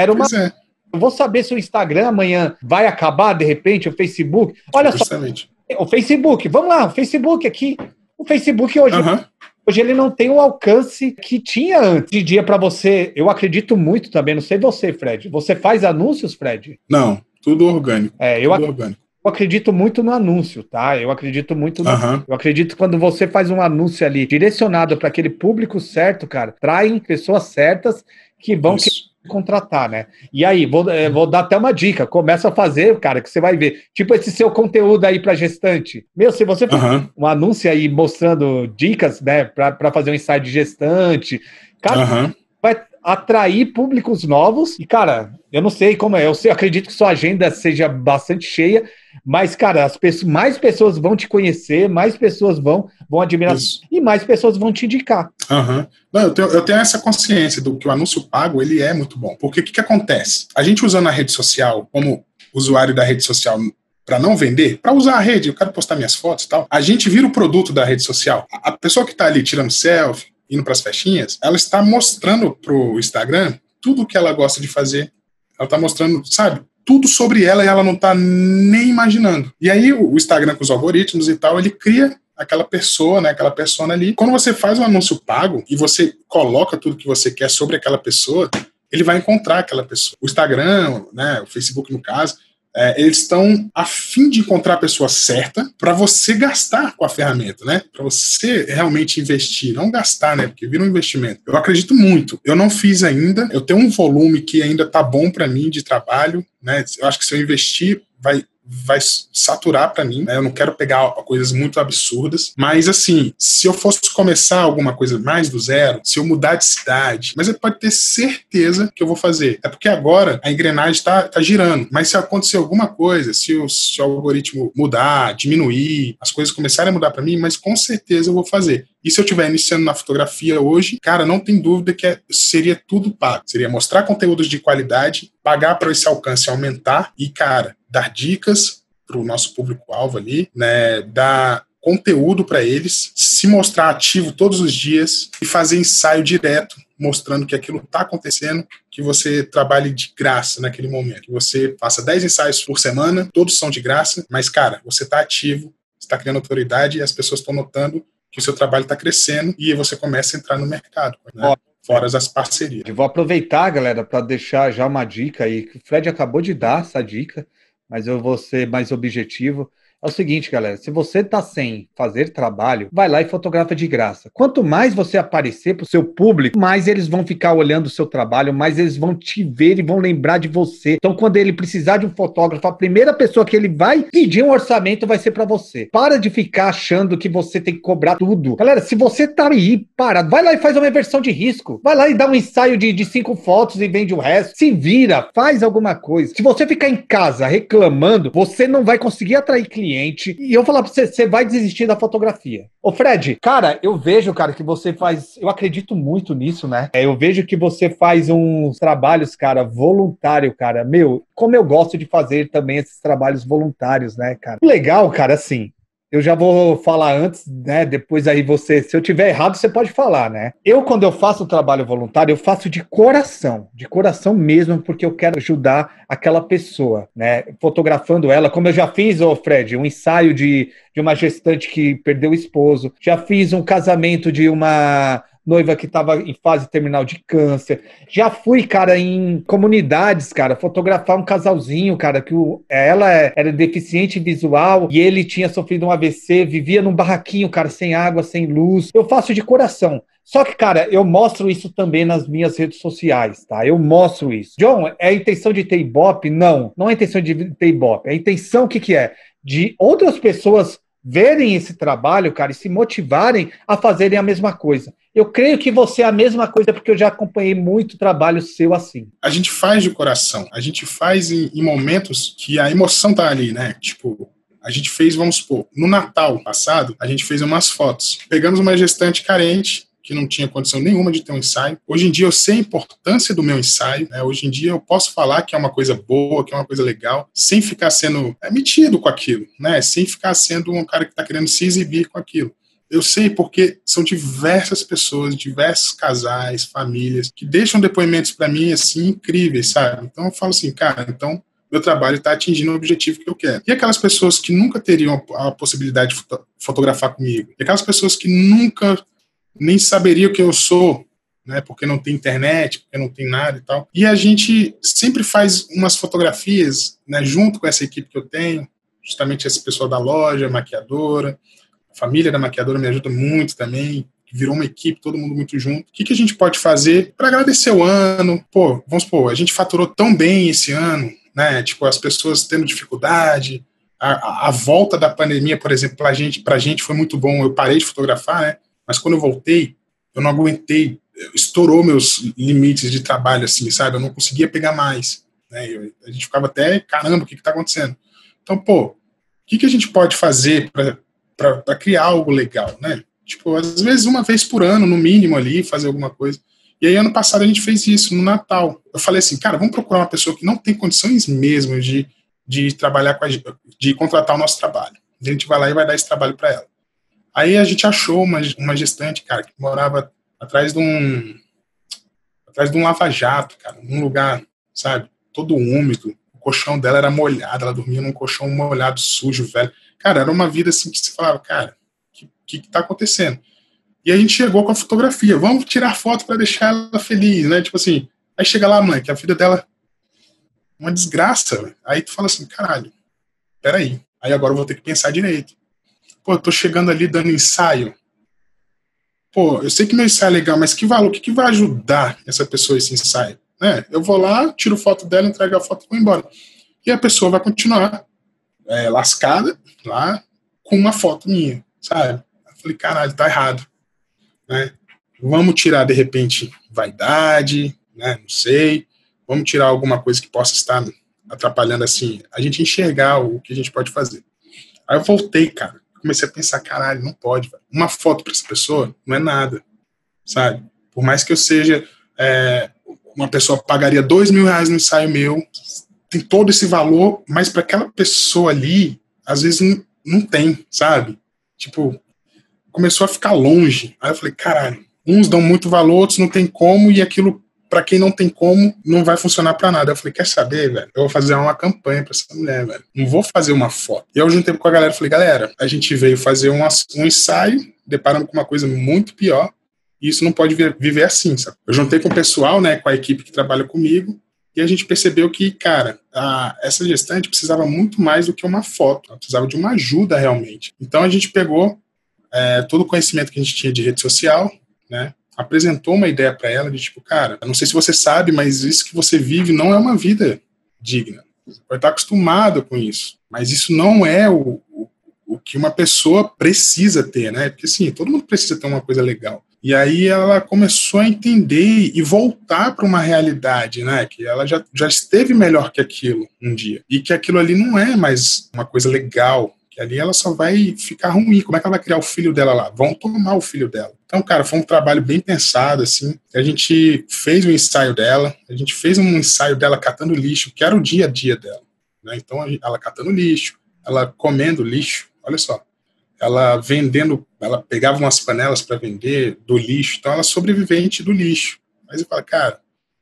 Eu vou saber se o Instagram amanhã vai acabar, de repente, o Facebook. Olha Justamente. só, o Facebook, vamos lá, o Facebook aqui. O Facebook hoje ele não tem o alcance que tinha antes. De dia para você, eu acredito muito também, não sei você, Fred. Você faz anúncios, Fred? Não, tudo orgânico. Orgânico. Eu acredito muito no anúncio, tá? Eu acredito muito no... Eu acredito que quando você faz um anúncio ali direcionado para aquele público certo, cara, traem pessoas certas que vão contratar, né? E aí, vou dar até uma dica. Começa a fazer, cara, que você vai ver. Tipo esse seu conteúdo aí para gestante. Se você fizer um anúncio aí mostrando dicas, né, para fazer um ensaio de gestante, cara, vai atrair públicos novos. E, cara, eu não sei como é. Eu acredito que sua agenda seja bastante cheia, mas, cara, mais pessoas vão te conhecer, mais pessoas vão admirar e mais pessoas vão te indicar. Não, eu tenho essa consciência do que o anúncio pago, ele é muito bom. Porque o que acontece? A gente usando a rede social como usuário da rede social para não vender, para usar a rede, eu quero postar minhas fotos e tal, a gente vira o produto da rede social. A pessoa que está ali tirando selfie, indo para as festinhas, ela está mostrando pro Instagram tudo o que ela gosta de fazer. Ela está mostrando, sabe, tudo sobre ela e ela não está nem imaginando. E aí o Instagram com os algoritmos e tal, ele cria aquela pessoa, né, aquela persona ali. Quando você faz um anúncio pago e você coloca tudo que você quer sobre aquela pessoa, ele vai encontrar aquela pessoa. O Instagram, né, o Facebook no caso, eles estão a fim de encontrar a pessoa certa para você gastar com a ferramenta, né? Para você realmente investir, não gastar, né? Porque vira um investimento. Eu acredito muito. Eu não fiz ainda. Eu tenho um volume que ainda tá bom para mim de trabalho, né? Eu acho que se eu investir, vai saturar para mim, né? Eu não quero pegar coisas muito absurdas, mas assim, se eu fosse começar alguma coisa mais do zero, se eu mudar de cidade, mas você pode ter certeza que eu vou fazer. É porque agora a engrenagem tá girando, mas se acontecer alguma coisa, se o algoritmo mudar, diminuir, as coisas começarem a mudar para mim, mas com certeza eu vou fazer. E se eu estiver iniciando na fotografia hoje, cara, não tem dúvida que seria tudo pago. Seria mostrar conteúdos de qualidade, pagar para esse alcance aumentar e, cara, dar dicas para o nosso público-alvo ali, né? Dar conteúdo para eles, se mostrar ativo todos os dias e fazer ensaio direto, mostrando que aquilo está acontecendo, que você trabalhe de graça naquele momento, que você faça 10 ensaios por semana, todos são de graça, mas, cara, você está ativo, você está criando autoridade e as pessoas estão notando que o seu trabalho está crescendo e você começa a entrar no mercado, né? Fora as parcerias. Eu vou aproveitar, galera, para deixar já uma dica aí, que o Fred acabou de dar essa dica, mas eu vou ser mais objetivo. É o seguinte, galera, se você tá sem fazer trabalho, vai lá e fotografa de graça. Quanto mais você aparecer pro seu público, mais eles vão ficar olhando o seu trabalho, mais eles vão te ver e vão lembrar de você. Então, quando ele precisar de um fotógrafo, a primeira pessoa que ele vai pedir um orçamento vai ser para você. Para de ficar achando que você tem que cobrar tudo. Galera, se você tá aí parado, vai lá e faz uma inversão de risco. Vai lá e dá um ensaio de 5 fotos e vende o resto. Se vira, faz alguma coisa. Se você ficar em casa reclamando, você não vai conseguir atrair clientes. E eu falar pra você, você vai desistir da fotografia. Ô Fred, cara, eu vejo, cara, que você faz, eu acredito muito nisso, né? Eu vejo que você faz uns trabalhos, cara, voluntário, cara. Meu, como eu gosto de fazer também esses trabalhos voluntários, né, cara? Legal, cara, assim, eu já vou falar antes, né? Depois aí você, se eu tiver errado, você pode falar, né? Quando eu faço o trabalho voluntário, eu faço de coração mesmo, porque eu quero ajudar aquela pessoa, né? Fotografando ela, como eu já fiz, ô Fred, um ensaio de uma gestante que perdeu o esposo, já fiz um casamento de uma noiva que estava em fase terminal de câncer. Já fui, cara, em comunidades, cara, fotografar um casalzinho, cara, que ela era deficiente visual e ele tinha sofrido um AVC, vivia num barraquinho, cara, sem água, sem luz. Eu faço de coração. Só que, cara, eu mostro isso também nas minhas redes sociais, tá? Eu mostro isso. John, é a intenção de ter Ibope? Não, não é a intenção de ter Ibope. É a intenção, o que é? De outras pessoas verem esse trabalho, cara, e se motivarem a fazerem a mesma coisa. Eu creio que você é a mesma coisa, porque eu já acompanhei muito trabalho seu assim. A gente faz de coração, a gente faz em momentos que a emoção tá ali, né? Tipo, a gente fez, vamos supor, no Natal passado, a gente fez umas fotos. Pegamos uma gestante carente, que não tinha condição nenhuma de ter um ensaio. Hoje em dia eu sei a importância do meu ensaio, né? Hoje em dia eu posso falar que é uma coisa boa, que é uma coisa legal, sem ficar sendo metido com aquilo, né? Sem ficar sendo um cara que está querendo se exibir com aquilo. Eu sei porque são diversas pessoas, diversos casais, famílias, que deixam depoimentos para mim, assim, incríveis, sabe? Então eu falo assim, cara, então meu trabalho está atingindo o objetivo que eu quero. E aquelas pessoas que nunca teriam a possibilidade de fotografar comigo? E aquelas pessoas que nunca nem saberiam quem eu sou, né? Porque não tem internet, porque não tem nada e tal. E a gente sempre faz umas fotografias, né, junto com essa equipe que eu tenho, justamente esse pessoal da loja, maquiadora, a família da maquiadora me ajuda muito também, virou uma equipe, todo mundo muito junto. O que a gente pode fazer para agradecer o ano? Pô, vamos supor, a gente faturou tão bem esse ano, né? Tipo, as pessoas tendo dificuldade, a volta da pandemia, por exemplo, pra gente foi muito bom. Eu parei de fotografar, né? Mas quando eu voltei, eu não aguentei, estourou meus limites de trabalho, assim, sabe? Eu não conseguia pegar mais, né? A gente ficava até, caramba, o que está acontecendo? Então, pô, o que a gente pode fazer para criar algo legal, né? Tipo, às vezes uma vez por ano, no mínimo ali, fazer alguma coisa. E aí, ano passado, a gente fez isso, no Natal. Eu falei assim, cara, vamos procurar uma pessoa que não tem condições mesmo de trabalhar com de contratar o nosso trabalho. A gente vai lá e vai dar esse trabalho para ela. Aí a gente achou uma gestante, cara, que morava atrás de um lava-jato, cara, num lugar, sabe, todo úmido. O colchão dela era molhado, ela dormia num colchão molhado, sujo, velho. Cara, era uma vida assim que você falava, cara, o que tá acontecendo? E a gente chegou com a fotografia, vamos tirar foto para deixar ela feliz, né? Tipo assim, aí chega lá, mãe, que a vida dela uma desgraça, véio. Aí tu fala assim, caralho, peraí, aí agora eu vou ter que pensar direito. Pô, eu tô chegando ali dando ensaio. Pô, eu sei que meu ensaio é legal, mas que valor, o que vai ajudar essa pessoa esse ensaio? Né? Eu vou lá, tiro foto dela, entrego a foto e vou embora. E a pessoa vai continuar lascada lá com uma foto minha, sabe? Eu falei, caralho, tá errado. Né? Vamos tirar, de repente, vaidade, né? Não sei. Vamos tirar alguma coisa que possa estar atrapalhando, assim, a gente enxergar o que a gente pode fazer. Aí eu voltei, cara. Comecei a pensar, caralho, não pode. Véio. Uma foto para essa pessoa não é nada, sabe? Por mais que eu seja uma pessoa que pagaria R$2.000 no ensaio meu, tem todo esse valor, mas para aquela pessoa ali, às vezes não tem, sabe? Tipo, começou a ficar longe. Aí eu falei, caralho, uns dão muito valor, outros não tem como, e aquilo, para quem não tem como, não vai funcionar para nada. Eu falei, quer saber, velho? Eu vou fazer uma campanha para essa mulher, velho. Não vou fazer uma foto. E eu juntei com a galera e falei, galera, a gente veio fazer um ensaio, deparando com uma coisa muito pior, e isso não pode viver assim, sabe? Eu juntei com o pessoal, né, com a equipe que trabalha comigo, e a gente percebeu que, cara, essa gestante precisava muito mais do que uma foto. Ela precisava de uma ajuda, realmente. Então a gente pegou todo o conhecimento que a gente tinha de rede social, né? Apresentou uma ideia para ela de tipo, cara, eu não sei se você sabe, mas isso que você vive não é uma vida digna. Você pode estar acostumado com isso, mas isso não é o que uma pessoa precisa ter, né? Porque, assim, todo mundo precisa ter uma coisa legal. E aí ela começou a entender e voltar para uma realidade, né? Que ela já esteve melhor que aquilo um dia. E que aquilo ali não é mais uma coisa legal. Que ali ela só vai ficar ruim. Como é que ela vai criar o filho dela lá? Vão tomar o filho dela. Então, cara, foi um trabalho bem pensado, assim. A gente fez o ensaio dela, a gente fez um ensaio dela catando lixo, que era o dia a dia dela. Né? Então, ela catando lixo, ela comendo lixo, olha só. Ela vendendo, ela pegava umas panelas para vender do lixo, então ela é sobrevivente do lixo. Mas eu falo, cara,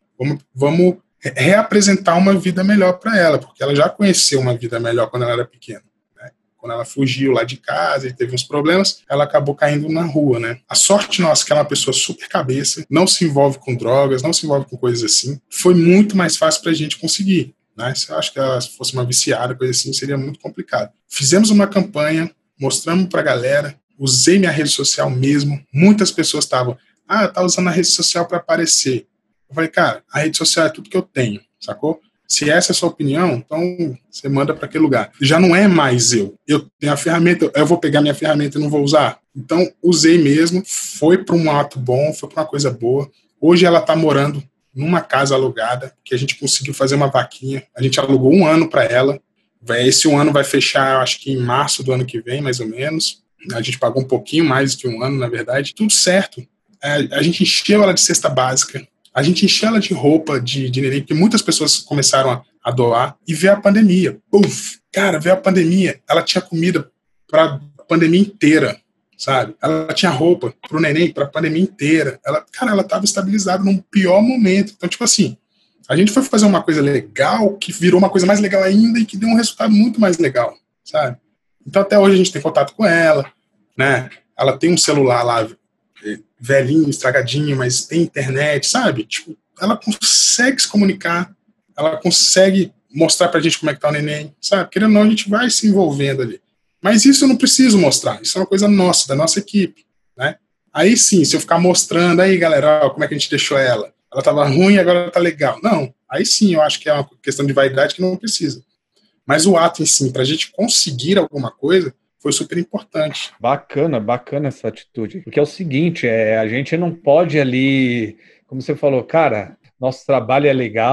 vamos reapresentar uma vida melhor para ela, porque ela já conheceu uma vida melhor quando ela era pequena. Quando ela fugiu lá de casa e teve uns problemas, ela acabou caindo na rua, né? A sorte nossa, que ela é uma pessoa super cabeça, não se envolve com drogas, não se envolve com coisas assim, foi muito mais fácil pra gente conseguir, né? Se eu acho que ela fosse uma viciada, coisa assim, seria muito complicado. Fizemos uma campanha, mostramos pra galera, usei minha rede social mesmo, muitas pessoas estavam, tá usando a rede social para aparecer. Eu falei, cara, a rede social é tudo que eu tenho, sacou? Se essa é a sua opinião, então você manda para aquele lugar. Já não é mais eu. Eu tenho a ferramenta, eu vou pegar minha ferramenta e não vou usar. Então, usei mesmo, foi para um ato bom, foi para uma coisa boa. Hoje ela está morando numa casa alugada, que a gente conseguiu fazer uma vaquinha. A gente alugou 1 ano para ela. Esse 1 ano vai fechar, acho que em março do ano que vem, mais ou menos. A gente pagou um pouquinho mais que 1 ano, na verdade. Tudo certo. A gente encheu ela de cesta básica. A gente encheu ela de roupa de neném, porque muitas pessoas começaram a doar, e veio a pandemia. Puf! Cara, veio a pandemia, ela tinha comida para a pandemia inteira, sabe? Ela tinha roupa para o neném para a pandemia inteira. Ela estava estabilizada num pior momento. Então, tipo assim, a gente foi fazer uma coisa legal, que virou uma coisa mais legal ainda e que deu um resultado muito mais legal, sabe? Então, até hoje a gente tem contato com ela, né? Ela tem um celular lá, velhinho, estragadinho, mas tem internet, sabe? Tipo, ela consegue se comunicar, ela consegue mostrar pra gente como é que tá o neném, sabe? Querendo ou não, a gente vai se envolvendo ali. Mas isso eu não preciso mostrar, isso é uma coisa nossa, da nossa equipe, né? Aí sim, se eu ficar mostrando, aí galera, ó, como é que a gente deixou ela? Ela tava ruim, agora ela tá legal. Não, aí sim eu acho que é uma questão de vaidade que não precisa. Mas o ato em si, pra gente conseguir alguma coisa, foi super importante. Bacana essa atitude. Porque é o seguinte, a gente não pode ali, como você falou, cara, nosso trabalho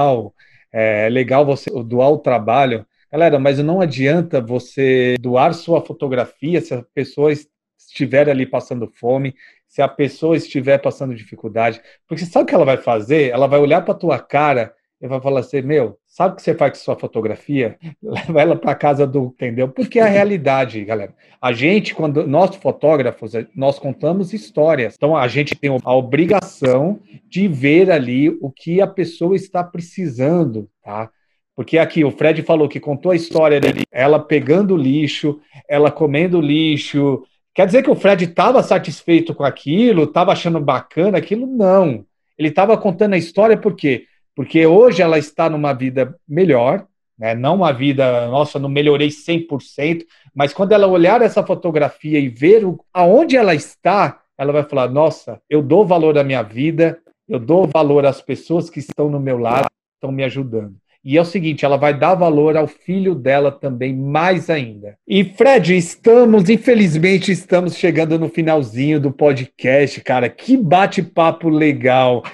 é legal você doar o trabalho. Galera, mas não adianta você doar sua fotografia se a pessoa estiver ali passando fome, se a pessoa estiver passando dificuldade. Porque sabe o que ela vai fazer? Ela vai olhar para a tua cara e vai falar assim, sabe o que você faz com sua fotografia? Leva ela para casa entendeu? Porque é a realidade, galera. A gente, quando nós fotógrafos, nós contamos histórias. Então, a gente tem a obrigação de ver ali o que a pessoa está precisando, tá? Porque aqui o Fred falou que contou a história dele, ela pegando lixo, ela comendo lixo. Quer dizer que o Fred estava satisfeito com aquilo, estava achando bacana aquilo? Não. Ele estava contando a história porque porque hoje ela está numa vida melhor, né? Não uma vida, nossa, não melhorei 100%, mas quando ela olhar essa fotografia e ver aonde ela está, ela vai falar, nossa, eu dou valor à minha vida, eu dou valor às pessoas que estão no meu lado, estão me ajudando. E é o seguinte, ela vai dar valor ao filho dela também, mais ainda. E, Fred, infelizmente, estamos chegando no finalzinho do podcast, cara. Que bate-papo legal.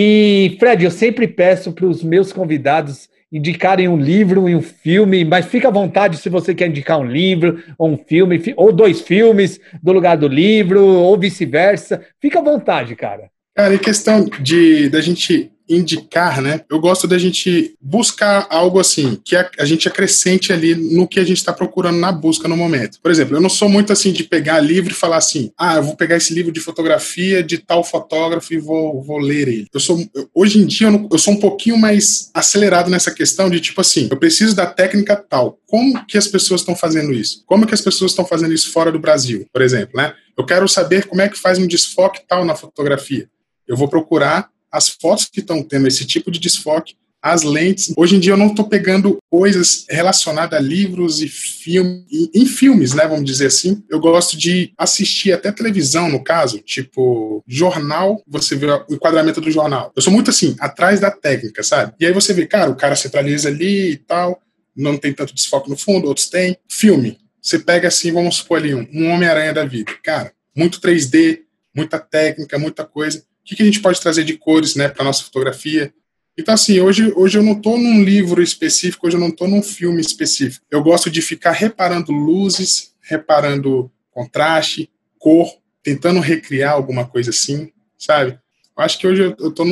E, Fred, eu sempre peço para os meus convidados indicarem um livro e um filme, mas fica à vontade se você quer indicar um livro, ou um filme, ou 2 filmes do lugar do livro, ou vice-versa. Fica à vontade, cara. Cara, em questão da gente indicar, né? Eu gosto da gente buscar algo assim, que a gente acrescente ali no que a gente está procurando na busca no momento. Por exemplo, eu não sou muito assim de pegar livro e falar assim, eu vou pegar esse livro de fotografia de tal fotógrafo e vou ler ele. Hoje em dia, eu sou um pouquinho mais acelerado nessa questão de tipo assim, eu preciso da técnica tal. Como que as pessoas estão fazendo isso? Como que as pessoas estão fazendo isso fora do Brasil, por exemplo, né? Eu quero saber como é que faz um desfoque tal na fotografia. Eu vou procurar as fotos que estão tendo esse tipo de desfoque, as lentes. Hoje em dia eu não estou pegando coisas relacionadas a livros e filmes, né, vamos dizer assim. Eu gosto de assistir até televisão, no caso, tipo jornal, você vê o enquadramento do jornal. Eu sou muito assim, atrás da técnica, sabe? E aí você vê, cara, o cara centraliza ali e tal, não tem tanto desfoque no fundo, outros têm. Filme, você pega assim, vamos supor ali, um Homem-Aranha da vida. Cara, muito 3D, muita técnica, muita coisa. O que a gente pode trazer de cores, né, para a nossa fotografia? Então, assim, hoje eu não estou num livro específico, hoje eu não estou num filme específico. Eu gosto de ficar reparando luzes, reparando contraste, cor, tentando recriar alguma coisa assim, sabe? Eu acho que hoje eu estou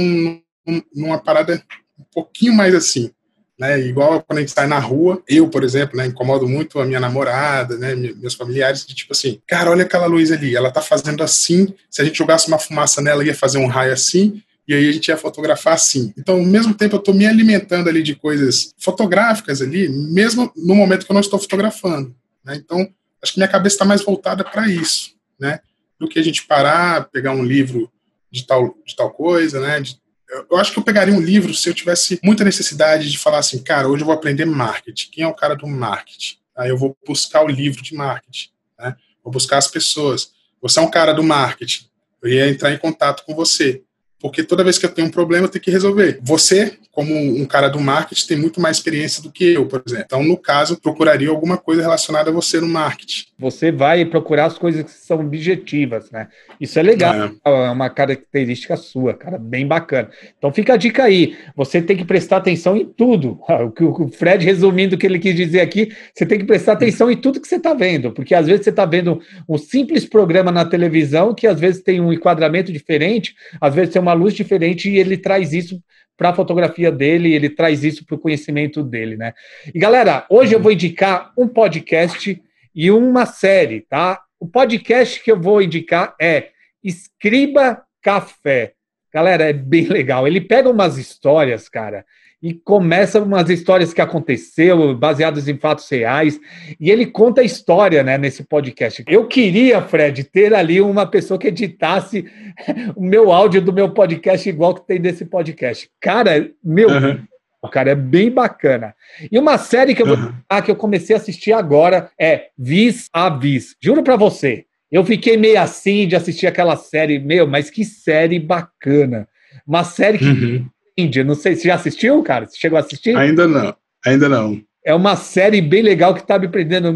numa parada um pouquinho mais assim, né? Igual quando a gente sai na rua, eu, por exemplo, né, incomodo muito a minha namorada, né, meus familiares, de tipo assim, cara, olha aquela luz ali, ela tá fazendo assim, se a gente jogasse uma fumaça nela, ia fazer um raio assim, e aí a gente ia fotografar assim. Então, ao mesmo tempo, eu tô me alimentando ali de coisas fotográficas ali, mesmo no momento que eu não estou fotografando, né? Então, acho que minha cabeça está mais voltada para isso, né? Do que a gente parar, pegar um livro de tal coisa, né? Eu acho que eu pegaria um livro se eu tivesse muita necessidade de falar assim, cara, hoje eu vou aprender marketing. Quem é o cara do marketing? Aí eu vou buscar o livro de marketing, né? Vou buscar as pessoas. Você é um cara do marketing. Eu ia entrar em contato com você. Porque toda vez que eu tenho um problema, eu tenho que resolver. Você, como um cara do marketing, tem muito mais experiência do que eu, por exemplo. Então, no caso, procuraria alguma coisa relacionada a você no marketing. Você vai procurar as coisas que são objetivas, né? Isso é legal, é uma característica sua, cara, bem bacana. Então fica a dica aí, você tem que prestar atenção em tudo. O Fred, resumindo o que ele quis dizer aqui, você tem que prestar atenção em tudo que você está vendo, porque às vezes você está vendo um simples programa na televisão que às vezes tem um enquadramento diferente, às vezes tem uma luz diferente e ele traz isso para a fotografia dele, ele traz isso para o conhecimento dele, né? E galera, hoje eu vou indicar um podcast e uma série, tá? O podcast que eu vou indicar é Escriba Café. Galera, é bem legal. Ele pega umas histórias, cara, e começa umas histórias que aconteceu, baseadas em fatos reais, e ele conta a história, né, nesse podcast. Eu queria, Fred, ter ali uma pessoa que editasse o meu áudio do meu podcast igual que tem desse podcast. Cara, cara, é bem bacana. E uma série que eu que eu comecei a assistir agora é Vis a Vis. Juro pra você, eu fiquei meio assim de assistir aquela série, mas que série bacana. Uma série que Índia, não sei, você já assistiu, cara? Você chegou a assistir? Ainda não. É uma série bem legal que tá me prendendo,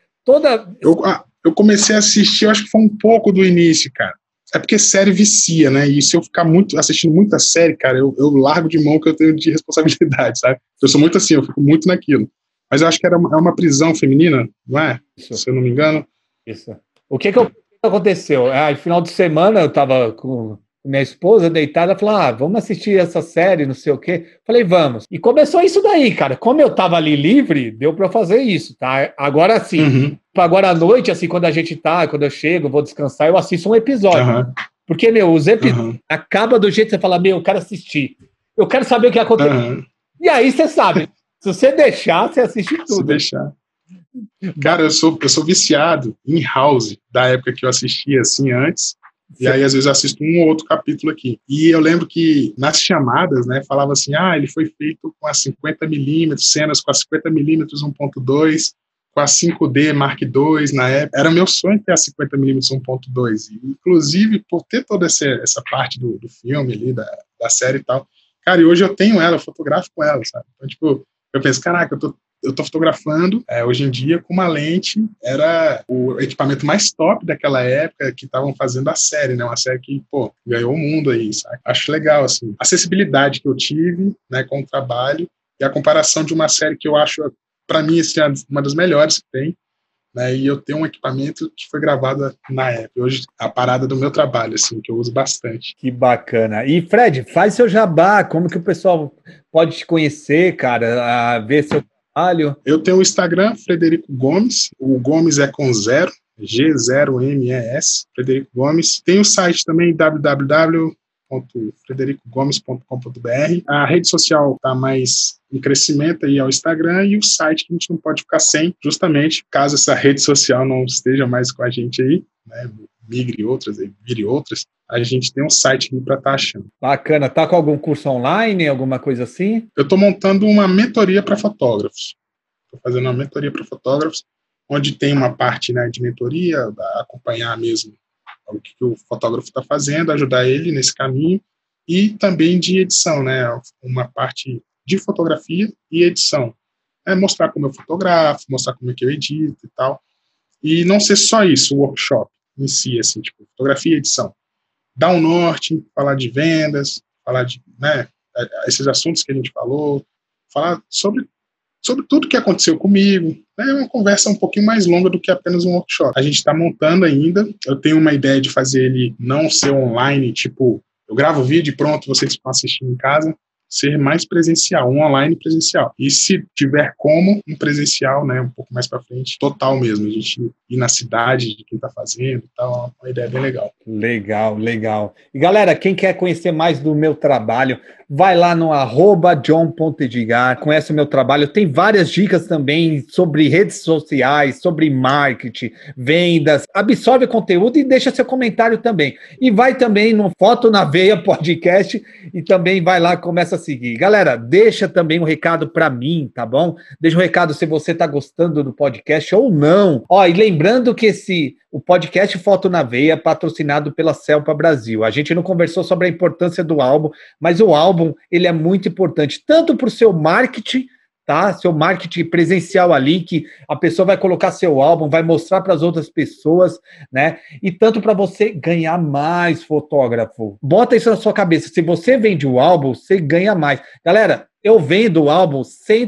Eu comecei a assistir, eu acho que foi um pouco do início, cara. É porque série vicia, né? E se eu ficar assistindo muita série, cara, eu largo de mão que eu tenho de responsabilidade, sabe? Eu sou muito assim, eu fico muito naquilo. Mas eu acho que é uma prisão feminina, não é? Isso. Se eu não me engano. Isso. O que aconteceu? No final de semana eu tava com minha esposa deitada, falou, vamos assistir essa série, não sei o quê. Falei, vamos. E começou isso daí, cara. Como eu tava ali livre, deu pra eu fazer isso, tá? Agora sim, agora à noite, assim, quando eu chego, vou descansar, eu assisto um episódio. Porque, os episódios acaba do jeito que você fala, eu quero assistir. Eu quero saber o que aconteceu. E aí você sabe, se você deixar, você assiste tudo. Se deixar. Cara, eu sou viciado em House, da época que eu assistia assim antes. E aí, às vezes, eu assisto um ou outro capítulo aqui. E eu lembro que nas chamadas, né, falava assim, ele foi feito com a 50mm, cenas com a 50mm 1.2, com a 5D Mark II na época. Era meu sonho ter a 50mm 1.2. E, inclusive, por ter toda essa parte do filme ali, da série e tal, cara, e hoje eu tenho ela, eu fotografo com ela, sabe? Então, tipo, eu penso, caraca, eu tô fotografando, hoje em dia, com uma lente, era o equipamento mais top daquela época que estavam fazendo a série, né? Uma série que, pô, ganhou o mundo aí, sabe? Acho legal, assim, a acessibilidade que eu tive, né, com o trabalho e a comparação de uma série que eu acho, para mim, assim, uma das melhores que tem, né? E eu tenho um equipamento que foi gravado na época. Hoje, a parada do meu trabalho, assim, que eu uso bastante. Que bacana. E, Fred, faz seu jabá, como que o pessoal pode te conhecer, cara, ver seu trabalho? Eu tenho o Instagram, Frederico Gomes, o Gomes é com 0, G0MES, Frederico Gomes. Tem o site também, www.fredericogomes.com.br. A rede social está mais em crescimento aí, é o Instagram, e o site que a gente não pode ficar sem, justamente caso essa rede social não esteja mais com a gente aí, né, vire outras, a gente tem um site para estar achando. Bacana. Tá com algum curso online, alguma coisa assim? Eu estou montando uma mentoria para fotógrafos. Estou fazendo uma mentoria para fotógrafos, onde tem uma parte, né, de mentoria, acompanhar mesmo o que o fotógrafo está fazendo, ajudar ele nesse caminho, e também de edição, né, uma parte de fotografia e edição. Mostrar como eu fotografo, mostrar como é que eu edito e tal. E não ser só isso, o workshop em si, assim, tipo, fotografia e edição. Dar um norte, falar de vendas, falar de, né, esses assuntos que a gente falou, falar sobre tudo que aconteceu comigo. É uma conversa um pouquinho mais longa do que apenas um workshop. A gente está montando ainda. Eu tenho uma ideia de fazer ele não ser online, tipo, eu gravo o vídeo e pronto, vocês estão assistindo em casa, ser mais presencial, um online presencial. E se tiver como, um presencial, né, um pouco mais para frente, total mesmo, a gente ir na cidade de quem está fazendo e tal, uma ideia bem legal. Legal. E galera, quem quer conhecer mais do meu trabalho, vai lá no @john.edgar, conhece o meu trabalho, tem várias dicas também sobre redes sociais, sobre marketing, vendas, absorve conteúdo e deixa seu comentário também. E vai também no Foto na Veia podcast e também vai lá e começa a seguir. Galera, deixa também um recado para mim, tá bom? Deixa um recado se você tá gostando do podcast ou não. E lembrando que o podcast Foto na Veia é patrocinado pela Celpa Brasil. A gente não conversou sobre a importância do álbum, mas o álbum, ele é muito importante, tanto para o seu marketing, tá? Seu marketing presencial ali, que a pessoa vai colocar seu álbum, vai mostrar para as outras pessoas, né? E tanto para você ganhar mais, fotógrafo. Bota isso na sua cabeça. Se você vende o álbum, você ganha mais. Galera, eu vendo o álbum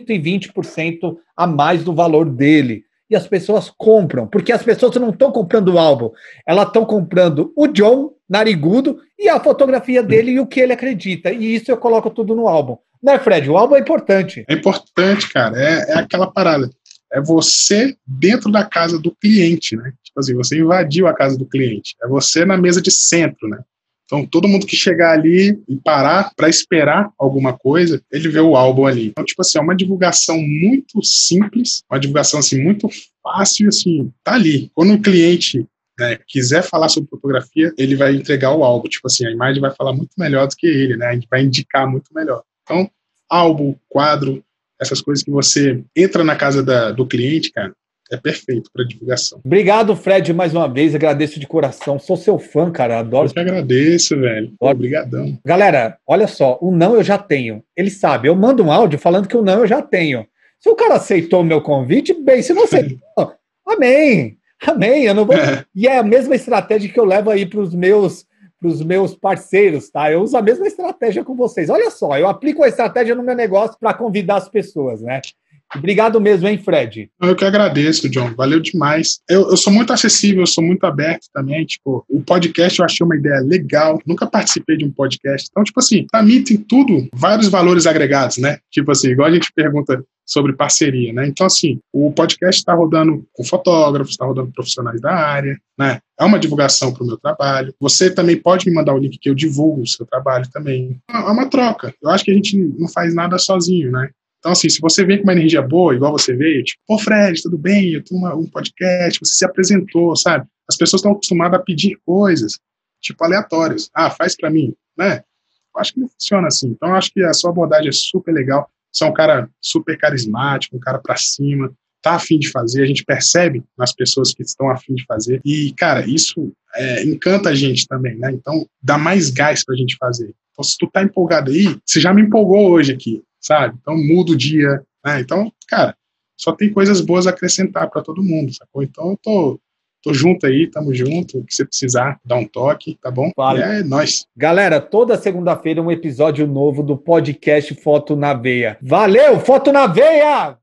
120% a mais do valor dele. E as pessoas compram, porque as pessoas não estão comprando o álbum, elas estão comprando o John narigudo e a fotografia dele e o que ele acredita. E isso eu coloco tudo no álbum. Né, Fred? O álbum é importante. É importante, cara. É aquela parada. É você dentro da casa do cliente, né? Tipo assim, você invadiu a casa do cliente. É você na mesa de centro, né? Então, todo mundo que chegar ali e parar para esperar alguma coisa, ele vê o álbum ali. Então, tipo assim, é uma divulgação muito simples, uma divulgação, assim, muito fácil, assim, tá ali. Quando o cliente, né, quiser falar sobre fotografia, ele vai entregar o álbum. Tipo assim, a imagem vai falar muito melhor do que ele, né? A gente vai indicar muito melhor. Então, álbum, quadro, essas coisas que você entra na casa do cliente, cara, é perfeito para divulgação. Obrigado, Fred, mais uma vez. Agradeço de coração. Sou seu fã, cara. Adoro. Eu que agradeço, velho. Obrigadão. Galera, olha só. O não eu já tenho. Ele sabe. Eu mando um áudio falando que o não eu já tenho. Se o cara aceitou o meu convite, bem. Se não aceitou, amém. Eu não vou... E é a mesma estratégia que eu levo aí para os meus parceiros, tá? Eu uso a mesma estratégia com vocês. Olha só, eu aplico a estratégia no meu negócio para convidar as pessoas, né? Obrigado mesmo, hein, Fred? Eu que agradeço, John. Valeu demais. Eu sou muito acessível, eu sou muito aberto também. Tipo, o podcast eu achei uma ideia legal. Nunca participei de um podcast. Então, tipo assim, pra mim tem tudo, vários valores agregados, né? Tipo assim, igual a gente pergunta sobre parceria, né? Então, assim, o podcast está rodando com fotógrafos, está rodando com profissionais da área, né? É uma divulgação para o meu trabalho. Você também pode me mandar o link que eu divulgo o seu trabalho também. É uma troca. Eu acho que a gente não faz nada sozinho, né? Então, assim, se você vem com uma energia boa, igual você veio, tipo, pô, Fred, tudo bem? Eu tenho um podcast, você se apresentou, sabe? As pessoas estão acostumadas a pedir coisas. tipo, aleatórios. Ah, faz pra mim, né? Eu acho que não funciona assim. Então, eu acho que a sua abordagem é super legal. Você é um cara super carismático, um cara pra cima, tá a fim de fazer, a gente percebe nas pessoas que estão a fim de fazer. E, cara, isso encanta a gente também, né? Então, dá mais gás pra gente fazer. Então, se tu tá empolgado aí, você já me empolgou hoje aqui, sabe? Então, muda o dia, né? Então, cara, só tem coisas boas a acrescentar pra todo mundo, sacou? Então, eu tô junto aí, tamo junto. O que você precisar, dá um toque, tá bom? Vale. E é nóis. Galera, toda segunda-feira um episódio novo do podcast Foto na Veia. Valeu, Foto na Veia!